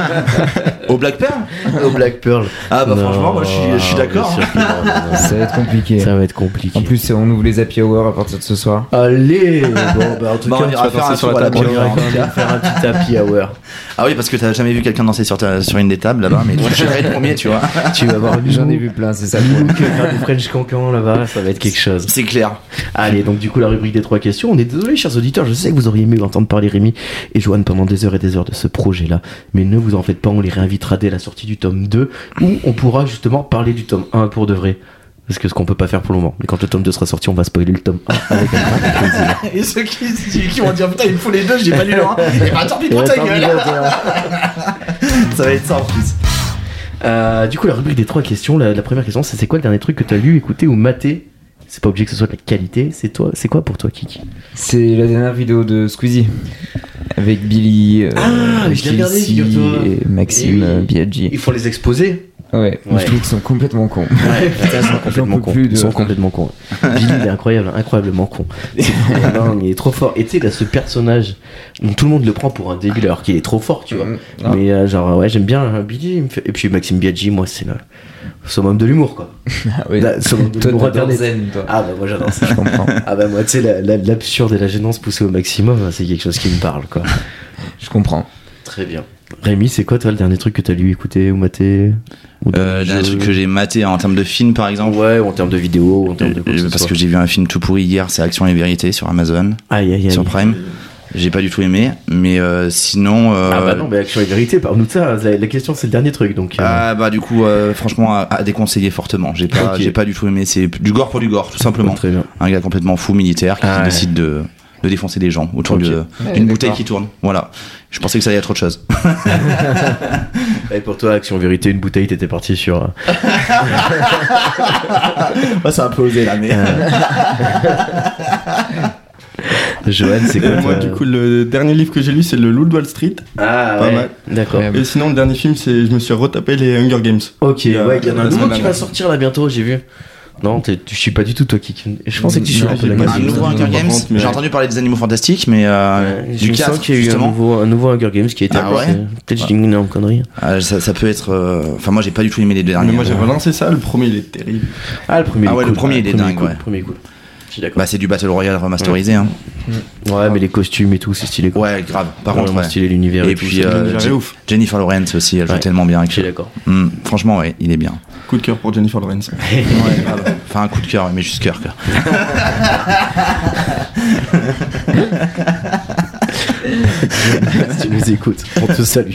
Au Black Pearl. Au Black Pearl. Ah bah Non, franchement, moi je suis, je suis bien d'accord. sûr que non, non, non. Ça va être compliqué. Ça va être compliqué. En plus, on ouvre les happy hour à partir de ce soir. Allez. Bon, bah en tout Bon, cas, on ira tu vas faire danser un sur tour la à la table. On Pierre ira quand même faire un petit happy hour. Ah oui, parce que t'as jamais vu quelqu'un danser sur, ta, sur une des tables là-bas, mais tu vas être premier, tu vois. Tu vas voir J'en ai Lilou. vu plein, c'est ça. Lilou qui va faire du French cancan là-bas, ça va être quelque chose. C'est clair. Allez, donc du coup la rubrique des trois questions. On est désolé, chers auditeurs, je sais que vous auriez aimé entendre parler Rémi et Joanne pendant des heures et des heures de ce projet-là, mais ne vous en faites pas, on les réinvitera dès la sortie du tome deux, où on pourra justement parler du tome un pour de vrai. Parce que ce qu'on peut pas faire pour le moment. Mais quand le tome deux sera sorti, on va spoiler le tome un avec un grand plaisir. Et ceux qui, qui vont dire putain, il me faut les deux, j'ai pas lu le un. Et bah tant pis pour Ouais, ta tant gueule. pis, Ça va être ça en plus. Euh, du coup, la rubrique des trois questions, la, la première question, c'est c'est quoi le dernier truc que tu as lu, écouté ou maté? C'est pas obligé que ce soit de la qualité, c'est toi, c'est quoi pour toi, Kiki? C'est la dernière vidéo de Squeezie. Avec Billy, euh, Ah, je l'ai regardé, Kelsey figure-toi. et Maxime Et oui. euh, Biaggi. Il faut les exposer. Ouais, moi Ouais. je trouve qu'ils sont complètement cons. Ouais, putain, ils sont complètement peux cons. plus de- Ils sont complètement cons. Billy, il est incroyable, incroyablement con. C'est- non, il est trop fort. Et tu sais, il a ce personnage où tout le monde le prend pour un débile alors qu'il est trop fort, tu vois. Ah. Mais euh, genre, ouais, j'aime bien euh, Billy. il me fait- Et puis Maxime Biaggi, moi, c'est le summum de l'humour, quoi. Ah ouais. Là, summum de Toi, l'humour t'adores internet. Zen, toi. Ah bah moi j'adore ça. Je comprends. Ah bah moi, tu sais, la- la- l'absurde et la gênance poussée au maximum, c'est quelque chose qui me parle, quoi. Je comprends. Très bien. Rémi, c'est quoi, toi, le dernier truc que t'as lu, écouté ou maté ou Euh, jeu dernier truc que j'ai maté en termes de film par exemple. Ouais, ou en termes de vidéo, ou en termes de quoi Euh, que ce parce soit. que j'ai vu un film tout pourri hier, c'est Action et Vérité sur Amazon, Aïe, aïe, aïe. sur Prime. J'ai pas du tout aimé, mais euh, sinon. Euh, Ah bah non, mais Action et Vérité, parle-nous de ça. La, la question, c'est le dernier truc, donc. euh, Ah bah du coup, euh, franchement, à, à déconseiller fortement. J'ai pas, Ok. j'ai pas du tout aimé. C'est du gore pour du gore, tout simplement. Très bien. Un gars complètement fou militaire qui Ah ouais. décide de, de défoncer des gens autour Ok. de- Ouais, d'une d'accord. bouteille qui tourne. Voilà. Je pensais que ça allait être autre chose. Et pour toi, Action Vérité, une bouteille, t'étais parti sur. euh, Moi, c'est un peu osé là, mais. Joanne, c'est quoi Euh, moi, toi du coup, le dernier livre que j'ai lu, c'est Le Loup de Wall Street. Ah pas ouais. mal. D'accord. Ouais. Et sinon, le dernier film, c'est je me suis retapé les Hunger Games. Ok, Il y a- ouais, il y en a un la nouveau semaine qui va dernière. sortir là bientôt, j'ai vu. Non, t'es- tu suis pas du tout, toi, qui. Je pensais que tu suis Non, un peu j'ai la pas gamme. Un vu. nouveau Par Hunger Games. contre, mais- J'ai entendu parler des animaux fantastiques, mais euh, Ouais, du il me semble quatre qu'il y a eu un justement. nouveau, un nouveau Hunger Games qui a été Ah annoncé. ouais Peut-être que je dis une énorme connerie. Ah, ça, ça peut être. euh, Enfin, moi, j'ai pas du tout aimé les deux derniers. Mais moi, j'ai relancé ça. Le premier, il est terrible. Ah, le premier, Ah il est ouais, le cool. premier, il est premier dingue, cool, ouais. le premier est cool. Je suis d'accord. Bah, c'est du Battle Royale remasterisé. Hein. Ouais, mais les costumes et tout, c'est stylé. Quoi. Ouais, grave. Par Vraiment contre, ouais. stylé l'univers. Et tout, puis, c'est- euh, L'univers est Jen- ouf. Jennifer Lawrence aussi, elle joue Ouais. tellement bien. je suis d'accord. Hmm, franchement, ouais, il est bien. Coup de cœur pour Jennifer Lawrence. Ouais, grave. Enfin, un coup de cœur, mais juste cœur, quoi. Si tu nous écoutes, on te salue.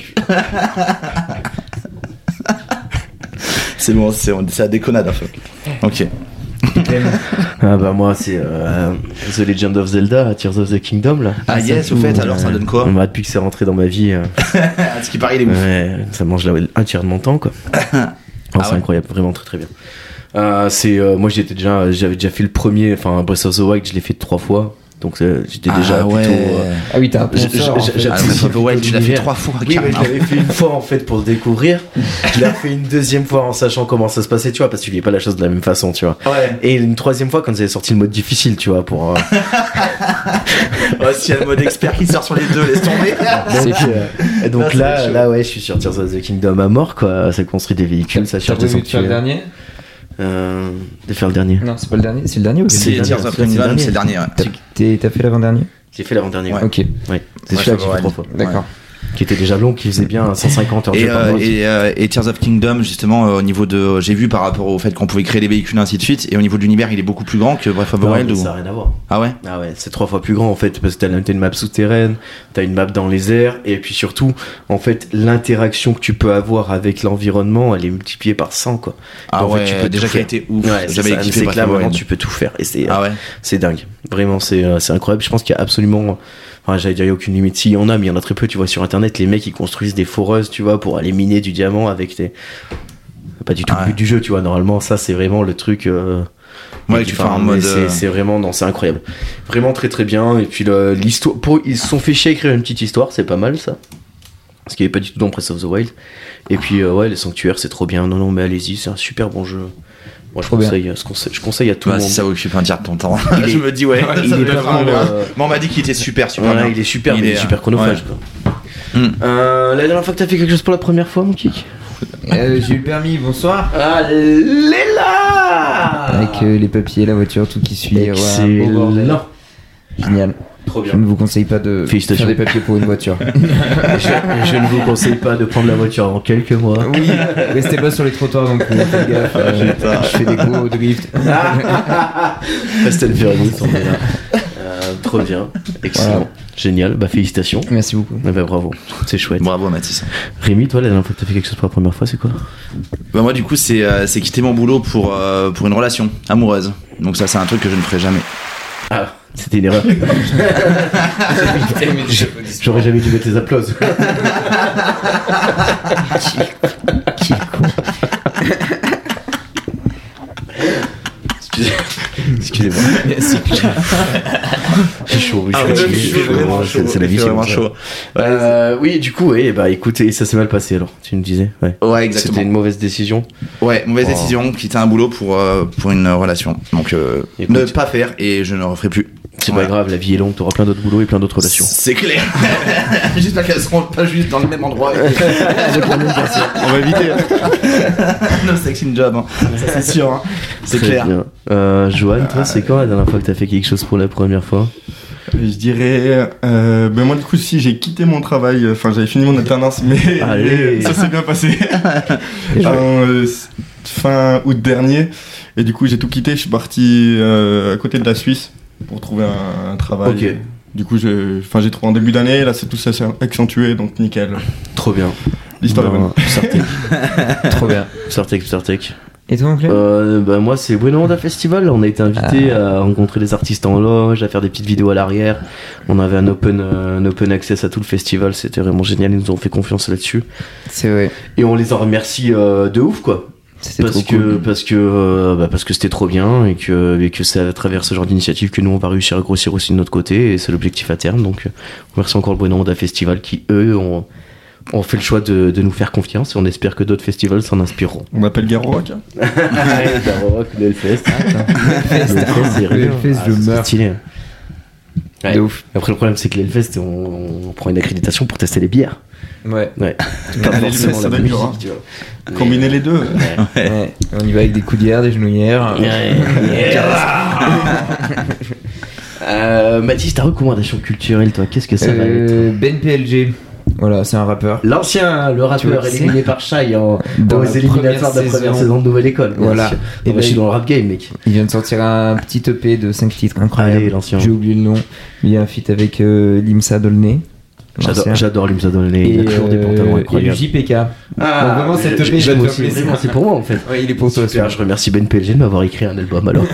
C'est bon, c'est c'est la déconnade, un peu. Ok. Ah bah moi c'est euh, The Legend of Zelda, Tears of the Kingdom là. Ah, yes, au fait, alors ça donne quoi? Bah, depuis que c'est rentré dans ma vie, euh, À ce qui paraît, il est ouf. ouais, ça mange là, un tiers de mon temps quoi. Oh, Ah c'est ouais. incroyable, vraiment très très bien. Euh, c'est euh, moi j'étais déjà, j'avais déjà fait le premier, enfin Breath of the Wild, je l'ai fait trois fois, donc euh, j'étais déjà Ah ouais. plutôt. euh, Ah oui, t'as un J- penseur, en j- fait. j- Ah, Breath of the Wild, tu l'as fait l'univers. trois fois, Oui, mais je carrément. l'avais fait une fois en fait pour le découvrir. Je l'ai fait une deuxième fois en sachant comment ça se passait, tu vois, parce que tu vivais pas la chose de la même façon, tu vois. Ouais. Et une troisième fois quand ils avaient sorti le mode difficile, tu vois, pour. euh, Oh, s'il y a le mode expert qui sort sur les deux, laisse tomber. donc, euh, et donc Là, c'est là, chaud. là, ouais, je suis sur Tears of the Kingdom à mort, quoi. Ça construit des véhicules, ça T'as cherche des prévu de faire le sanctuaires. dernier Euh, de faire le dernier. Non, c'est pas le dernier, c'est le dernier ou C'est le Tears dernier, of c'est le Kingdom, dernier. c'est le dernier. ouais. T'as t'es- t'as fait l'avant-dernier J'ai fait l'avant-dernier. Ouais. Ok, Ouais. C'est Ouais, celui-là que j'ai fait ouais. trois fois. d'accord. Qui était déjà long, qui faisait bien cent cinquante heures de Et, jeu par euh, mois. et, euh, et Tears of Kingdom, justement, euh, au niveau de. J'ai vu par rapport au fait qu'on pouvait créer des véhicules, ainsi de suite, et au niveau de l'univers, il est beaucoup plus grand que Breath of the Non, Wild. mais ou- ça n'a rien à voir. Ah ouais? Ah ouais, c'est trois fois plus grand en fait, parce que t'as t'as une map souterraine, t'as une map dans les airs, et puis surtout, en fait, l'interaction que tu peux avoir avec l'environnement, elle est multipliée par cent quoi. Ah En fait, ouais, tu peux déjà tout qui a faire. été ouf. Ouais, c'est J'avais ça, kiffé c'est que Breath là of the maintenant Wild. tu peux tout faire, et c'est Ah ouais? c'est dingue. Vraiment, c'est euh, c'est incroyable. Je pense qu'il y a absolument. Enfin, j'allais dire, il n'y a aucune limite. Si, il y en a, mais il y en a très peu. Tu vois, sur internet, les mecs, ils construisent des foreuses, tu vois, pour aller miner du diamant avec des. Pas du tout Ah le ouais. but du jeu, tu vois. Normalement, ça, c'est vraiment le truc. Euh... Ouais, et tu qui- fais en enfin, mode, mais c'est- euh, C'est vraiment. Non, c'est incroyable. Vraiment très très bien. Et puis, le- l'histoire. Pour... Ils se sont fait chier à écrire une petite histoire, c'est pas mal ça. Parce qu'il n'y avait pas du tout dans Breath of the Wild. Et puis, euh, ouais, les sanctuaires, c'est trop bien. Non, non, mais allez-y, c'est un super bon jeu. Moi, je Trop bien. conseille, je conseille, je conseille à tout Bah, le si monde. ça occupe un tiers de ton temps. Il je est- me dis, ouais, il ça est doit pas être un- trop, euh, Mais on m'a dit qu'il était super, super Ouais, bien. il est super, Il mais il est, est super euh, chronophage. ouais. Quoi. Mm. Euh, la dernière fois que t'as fait quelque chose pour la première fois, mon kick. Euh, J'ai eu le permis, bonsoir. Ah, Léla Avec euh, les papiers, la voiture, tout qui suit. ouais, un beau bordel. Excellent. Génial. Trop Je ne vous conseille pas de Félicitations. faire des papiers pour une voiture. je, je ne vous conseille pas de prendre la voiture avant quelques mois. Oui, restez pas sur les trottoirs non plus. Faites gaffe. euh, je fais des gros drift. Fast and Furious, on est là. Euh, trop bien. Excellent. Voilà. Génial. Bah, félicitations. Merci beaucoup. Ah bah, bravo. C'est chouette. Bravo, Mathis. Rémi, toi, la dernière fois que t'as fait quelque chose pour la première fois, c'est quoi? Bah, moi, du coup, c'est euh, c'est quitter mon boulot pour, euh, pour une relation amoureuse. Donc, ça, c'est un truc que je ne ferai jamais. Ah, c'était une erreur. J'aurais jamais dû mettre les applauses. Qui est con. Excusez- Excusez-moi. J'ai chaud, Ah, je suis ouais, fatigué. je suis vraiment C'est- chaud. C'est la vie, Je suis c'est vraiment comme ça. chaud. Euh, oui, du coup, oui, bah écoutez, ça s'est mal passé alors, tu me disais. Ouais. Ouais, exactement. C'était une mauvaise décision. Ouais, mauvaise Oh. décision, quitter un boulot pour, euh, pour une relation. Donc, euh, Écoute. ne pas faire et je ne referai plus. C'est Voilà. pas grave, la vie est longue, t'auras plein d'autres boulots et plein d'autres relations. C'est clair. J'espère qu'elles seront pas juste dans le même endroit. On va éviter. No sex in job, hein. Ça c'est sûr. Hein. C'est Très clair. bien. Euh, Johan, toi, c'est quand la dernière fois que t'as fait quelque chose pour la première fois? Je dirais, euh, ben moi du coup si j'ai quitté mon travail, enfin j'avais fini mon alternance, mais Allez. ça s'est bien passé. joué. En, euh, fin août dernier, et du coup j'ai tout quitté, je suis parti euh, à côté de la Suisse pour trouver un, un travail. Ok. Du coup je- enfin, j'ai trouvé en début d'année, là c'est tout ça s'est accentué, donc nickel. Trop bien. L'histoire est bonne. Ben, Sartec, Trop bien. Sartec, Sartec. Et toi, mon Clem Euh, bah moi c'est Bueno Onda Festival, on a été invité à rencontrer des artistes en loge, à faire des petites vidéos à l'arrière. On avait un open, euh, un open access à tout le festival, c'était vraiment génial, ils nous ont fait confiance là-dessus. C'est vrai. Et on les en remercie euh, de ouf quoi. C'était Parce trop que, cool. parce que, euh, bah parce que c'était trop bien et que, et que c'est à travers ce genre d'initiative que nous on va réussir à grossir aussi de notre côté et c'est l'objectif à terme. Donc, euh, merci encore le Bueno Onda Festival qui eux ont, ont fait le choix de, de nous faire confiance et on espère que d'autres festivals s'en inspireront. On m'appelle Garo Rock. hein. Rock, le Hellfest. Le Hellfest, c'est Le rigolo. Hellfest, Ah, je c'est meurs. stylé. Ouais. De ouf. Après, le problème, c'est que l'Hellfest, on, on prend une accréditation pour tester les bières. Ouais. Ouais. Pas Pas forcément forcément ça la doit être musique, dur, hein. tu vois. Mais, Combiner les deux. ouais. Ouais. On y va avec des coudières, des genouillères. Euh, Mathis, ta recommandation culturelle, toi, qu'est-ce que ça va être? Euh, Ben P L G. Voilà, c'est un rappeur. L'ancien, le Tu vois rappeur qui c'est éliminé par Shai en, Dans dans la les éliminatoires de la première première saison. saison de Nouvelle École. bien Voilà. sûr. Et Et moi, je suis ben, dans le rap game, mec. Il vient de sortir un petit E P de cinq titres incroyable. Allez, l'ancien. J'ai oublié le nom. Il y a un feat avec euh, Limsa Dolné. J'adore, L'ancien. j'adore Limsa Dolné, il a toujours des euh, pantalons et le incroyables. J P K. Donc vraiment, cette E P, je vais te moi faire aussi, plaisir. vraiment, c'est pour moi en fait. Ouais, il est pour toi. Super, je remercie Ben P L G de m'avoir écrit un album alors.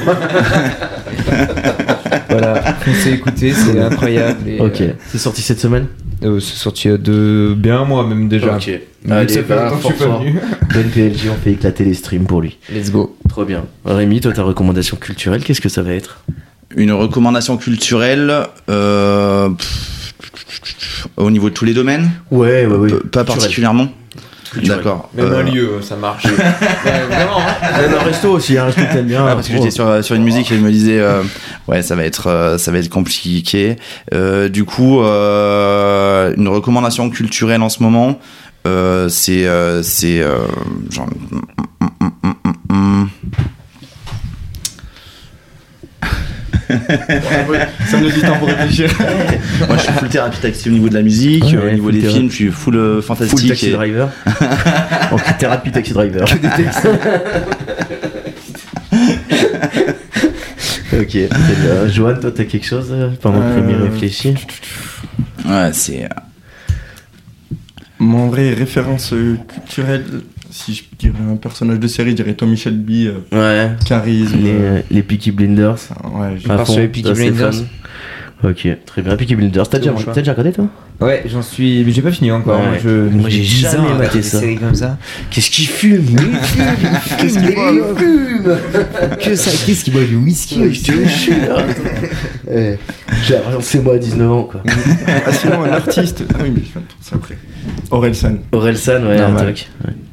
Voilà, on s'est écouté, c'est incroyable. Et, Ok, euh, c'est sorti cette semaine? euh, c'est sorti il y a de bien un mois même déjà. Ok, Mais allez, ça fait bah, longtemps que je fort, suis pas fort. venu. Ben P L G, on fait éclater les streams pour lui. Let's go. Trop bien. Rémi, toi, ta recommandation culturelle, qu'est-ce que ça va être? Une recommandation culturelle euh, pff, au niveau de tous les domaines. Ouais, ouais, ouais. P- Pas particulièrement. Culturel. D'accord. Même Euh, un lieu, ça marche. Ouais, vraiment. hein. Même un resto aussi, un resto que t'aimes bien. Ah, parce que j'étais sur, sur une musique et je me disais euh, ouais ça va être euh, ça va être compliqué. Euh, du coup euh, une recommandation culturelle en ce moment euh, c'est euh, c'est euh, genre Ça me laisse du temps pour réfléchir. moi je suis full thérapie taxi au niveau de la musique, Ouais, au ouais, niveau full des thérapie. films je suis full euh, Full fantastique taxi et- driver. En thérapie taxi driver. Ok, très bien. Johan, toi, t'as quelque chose euh, pendant que Rémi Euh, réfléchit? ouais c'est Mon vrai référence euh, culturelle, si je dirais un personnage de série, je dirais Tommy Shelby, euh, Ouais. charisme. Les, euh, euh, les Peaky Blinders. ouais, j'ai- À part fond, sur les Peaky toi, Blinders. Stéphane. Ok, très bien. Peaky Blinders, t'as C'est déjà, bon choix. t'as déjà regardé toi? Ouais, j'en suis. Mais j'ai pas fini encore. Ouais. Moi, je... Moi, j'ai dix jamais ans à maté regarder ça. des séries comme ça. Qu'est-ce qu'il fume? Qu'est-ce qu'il fume? Que ça, qu'est-ce qui boit du whisky Je te jure. Eh, J'ai relancé moi à dix-neuf ans quoi. Ah, sinon, un artiste. Ah oui, mais je viens de penser après. Orelsan. Orelsan, ouais, un Normal. truc. Ouais.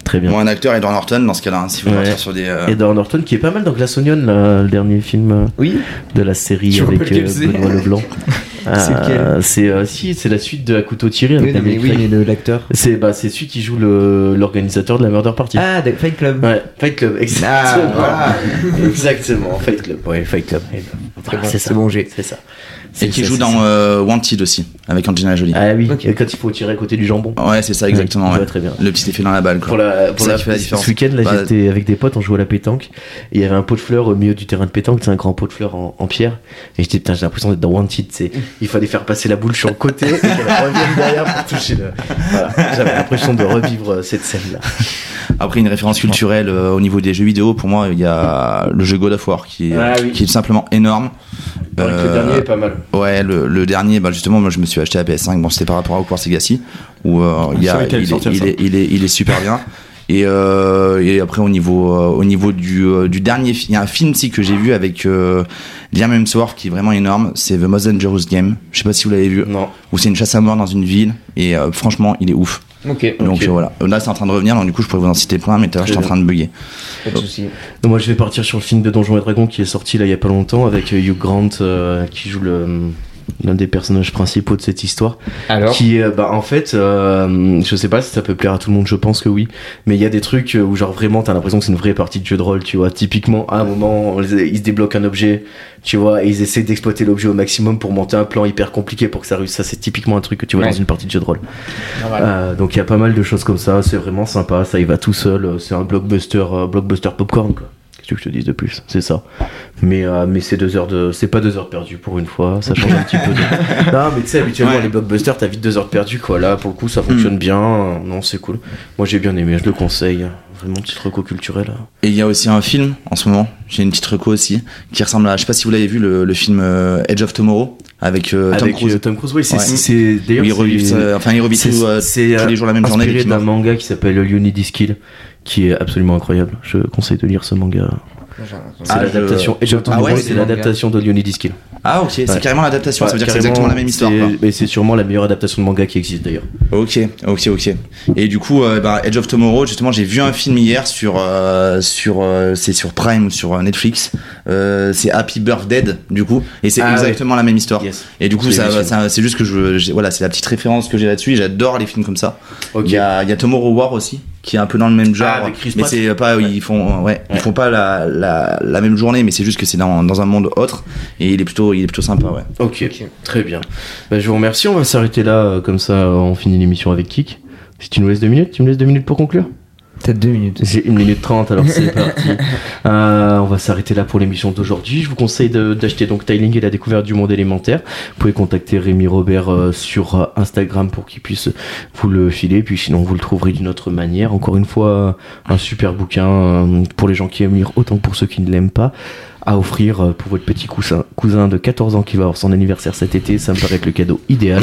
Très bien. Ou un acteur, Edward Norton, dans ce cas-là, hein, s'il faut Ouais. partir sur des. Euh... Edward Norton qui est pas mal dans Glass Onion, là, le dernier film euh, Oui. de la série Je vois avec pas lequel euh, c'est. Benoît Leblanc. C'est Euh, lequel c'est euh, si c'est la suite de À couteau tiré avec Oui, non, mais Daniel oui, Craig. mais le- l'acteur. C'est bah c'est celui qui joue le l'organisateur de la Murder Party. Ah, de Fight Club. Ouais, Fight Club, Ah, exactement. voilà. Exactement, Fight Club. Ouais, Fight Club. Et, Très voilà, bon, c'est c'est ça. bon, j'ai. C'est ça. Et C'est qui ça, joue c'est dans ça. euh, Wanted aussi, avec Angelina Jolie. Ah oui, Ok. et quand il faut tirer à côté du jambon. Ouais, c'est ça, exactement. Ouais, Ouais. très bien. Le petit effet dans la balle, quoi. Pour la, pour C'est ça la, qui fait la différence. ce week-end, là, Bah, j'étais avec des potes, on jouait à la pétanque, et il y avait un pot de fleurs au milieu du terrain de pétanque, c'est un grand pot de fleurs en, en pierre, et j'étais, putain, j'ai l'impression d'être dans Wanted, c'est, il fallait faire passer la boule sur le côté, et qu'elle revienne derrière pour toucher le, voilà, j'avais l'impression de revivre cette scène-là. Après, une référence culturelle euh, au niveau des jeux vidéo, pour moi, il y a le jeu God of War qui est, Ah oui. qui est simplement énorme. Donc, le Euh, dernier est pas mal. Ouais, le, le dernier, bah justement, moi je me suis acheté la P S cinq. Bon, c'était par rapport à Hogwarts Legacy, où euh, il y C'est a, vrai qu'elle il, est, sortait il, ça. est, il, est, il est super bien. Et, euh, et après au niveau, euh, au niveau du, euh, du dernier, fi- il y a un film aussi que j'ai vu avec euh, Liam Hemsworth qui est vraiment énorme. C'est The Most Dangerous Game. Je sais pas si vous l'avez vu. Non. Où c'est une chasse à mort dans une ville et euh, franchement, il est ouf. Ok, Donc Ok. euh, voilà. Là, c'est en train de revenir. Donc du coup, je pourrais vous en citer plein, mais tout à l'heure, Très j'étais en train de bugger. pas de soucis. Donc, moi, je vais partir sur le film de Donjons et Dragons qui est sorti là il y a pas longtemps avec euh, Hugh Grant euh, qui joue le, l'un des personnages principaux de cette histoire. Alors, Qui est, bah, en fait, euh, je sais pas si ça peut plaire à tout le monde, je pense que oui. Mais il y a des trucs où, genre, vraiment, t'as l'impression que c'est une vraie partie de jeu de rôle, tu vois. Typiquement, à un moment, on les- ils se débloquent un objet, tu vois, et ils essaient d'exploiter l'objet au maximum pour monter un plan hyper compliqué pour que ça réussisse. Ça, c'est typiquement un truc que tu vois Ouais. dans une partie de jeu de rôle. normal. Euh, donc, il y a pas mal de choses comme ça. C'est vraiment sympa. Ça y va tout seul. C'est un blockbuster, euh, blockbuster popcorn, quoi. Qu'est-ce que je te dise de plus? C'est ça. Mais, euh, mais c'est deux heures de, c'est pas deux heures perdues pour une fois. Ça change un petit peu. De... Non, mais tu sais, habituellement, Ouais. les blockbusters, t'as vite deux heures de perdu, quoi. Là, pour le coup, ça fonctionne Mm. bien. Non, c'est cool. Moi, j'ai bien aimé. Je le conseille. Vraiment, petit reco culturel. Et il y a aussi un film en ce moment. J'ai une petite reco aussi qui ressemble à. Je sais pas si vous l'avez vu, le, le film euh, Edge of Tomorrow avec, euh, Tom Avec Cruise. euh, Tom Cruise, oui, c'est, Ouais. c'est, c'est- d'ailleurs, Où il revit, c'est- euh, enfin, il revit c'est- tout, euh, c'est, tous euh, les jours la même journée. inspiré depuis d'un qu'il meurt. manga qui s'appelle Unity Skill, qui est absolument incroyable. Je conseille de lire ce manga. C'est Ah, l'adaptation. je- Edge of Ah Tomorrow, ouais, c'est c'est le l'adaptation de Unity Skill. Ah ok, c'est Ouais. carrément l'adaptation. ça veut Ouais, dire que c'est carrément, exactement la même histoire. c'est- quoi. Mais c'est sûrement la meilleure adaptation de manga qui existe d'ailleurs. Ok, ok, ok. Et du coup, euh, bah, Edge of Tomorrow, justement, j'ai vu un film hier sur, euh, sur, euh, c'est sur Prime ou sur euh, Netflix. Euh, c'est Happy Birthday, du coup, et c'est Ah, exactement la même histoire. Yes. Et du coup, Je l'ai ça, vu, ce ça- c'est juste que je, j'ai- voilà, c'est la petite référence que j'ai là-dessus. J'adore les films comme ça. Ok. Il y a, il y a Tomorrow War aussi, qui est un peu dans le même genre, Ah, avec Chris mais Pratt. c'est pas, ils font, ouais, ils Ouais. font pas la, la, la même journée, mais c'est juste que c'est dans, dans un monde autre, et il est plutôt, il est plutôt sympa, ouais. Ok, Ok. très bien. Bah, je vous remercie. On va s'arrêter là, euh, comme ça, euh, on finit l'émission avec Kik. Si tu nous laisses deux minutes, tu me laisses deux minutes pour conclure? Peut-être deux minutes. J'ai une minute trente, alors c'est parti. Euh, on va s'arrêter là pour l'émission d'aujourd'hui. Je vous conseille de- d'acheter donc Tiling et la découverte du monde élémentaire. Vous pouvez contacter Rémi Robert euh, sur euh, Instagram pour qu'il puisse vous le filer. Puis sinon, vous le trouverez d'une autre manière. Encore une fois, un super bouquin euh, pour les gens qui aiment lire autant que pour ceux qui ne l'aiment pas, à offrir euh, pour votre petit cousin, cousin de quatorze ans qui va avoir son anniversaire cet été. Ça me paraît être le cadeau idéal.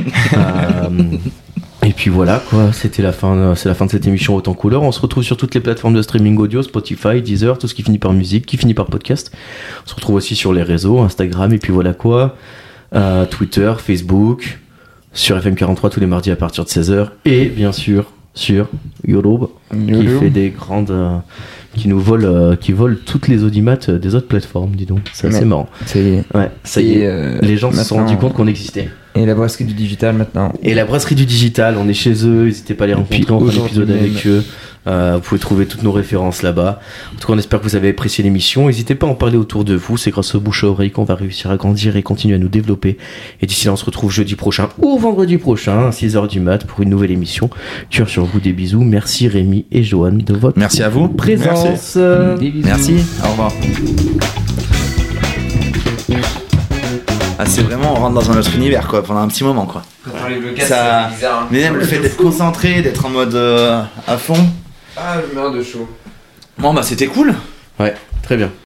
Euh, Et puis voilà quoi, c'était la fin, euh, c'est la fin de cette émission Autant Couleur. On se retrouve sur toutes les plateformes de streaming audio, Spotify, Deezer, tout ce qui finit par musique, qui finit par podcast. On se retrouve aussi sur les réseaux, Instagram et puis voilà quoi, euh, Twitter, Facebook, sur F M quarante-trois tous les mardis à partir de seize heures et bien sûr sur YouTube qui fait des grandes, euh, qui nous vole, euh, qui vole toutes les audimates euh, des autres plateformes, dis donc. C'est assez Ouais. marrant. C'est Ouais, ça y Et, est. euh, Les gens se sont maintenant- rendus compte qu'on existait. Et la brasserie du digital maintenant. Et la brasserie du digital, on est chez eux, n'hésitez pas à les Puis rencontrer, on fait un aujourd'hui épisode avec même. eux. Euh, vous pouvez trouver toutes nos références là-bas. En tout cas, on espère que vous avez apprécié l'émission. N'hésitez pas à en parler autour de vous. C'est grâce au bouche à oreille qu'on va réussir à grandir et continuer à nous développer. Et d'ici là, on se retrouve jeudi prochain ou vendredi prochain à six heures du mat pour une nouvelle émission. Cœur sur vous, des bisous. Merci Rémi et Johan de votre Merci à vous. présence. Des bisous. Merci. Au revoir. Ah, c'est vraiment, on rentre dans un autre univers, quoi, pendant un petit moment, quoi. Ça- c'est bizarre. hein. Mais même le fait d'être concentré, d'être en mode euh, à fond. Ah, je meurs de chaud. Bon, bah, c'était cool. Ouais, très bien.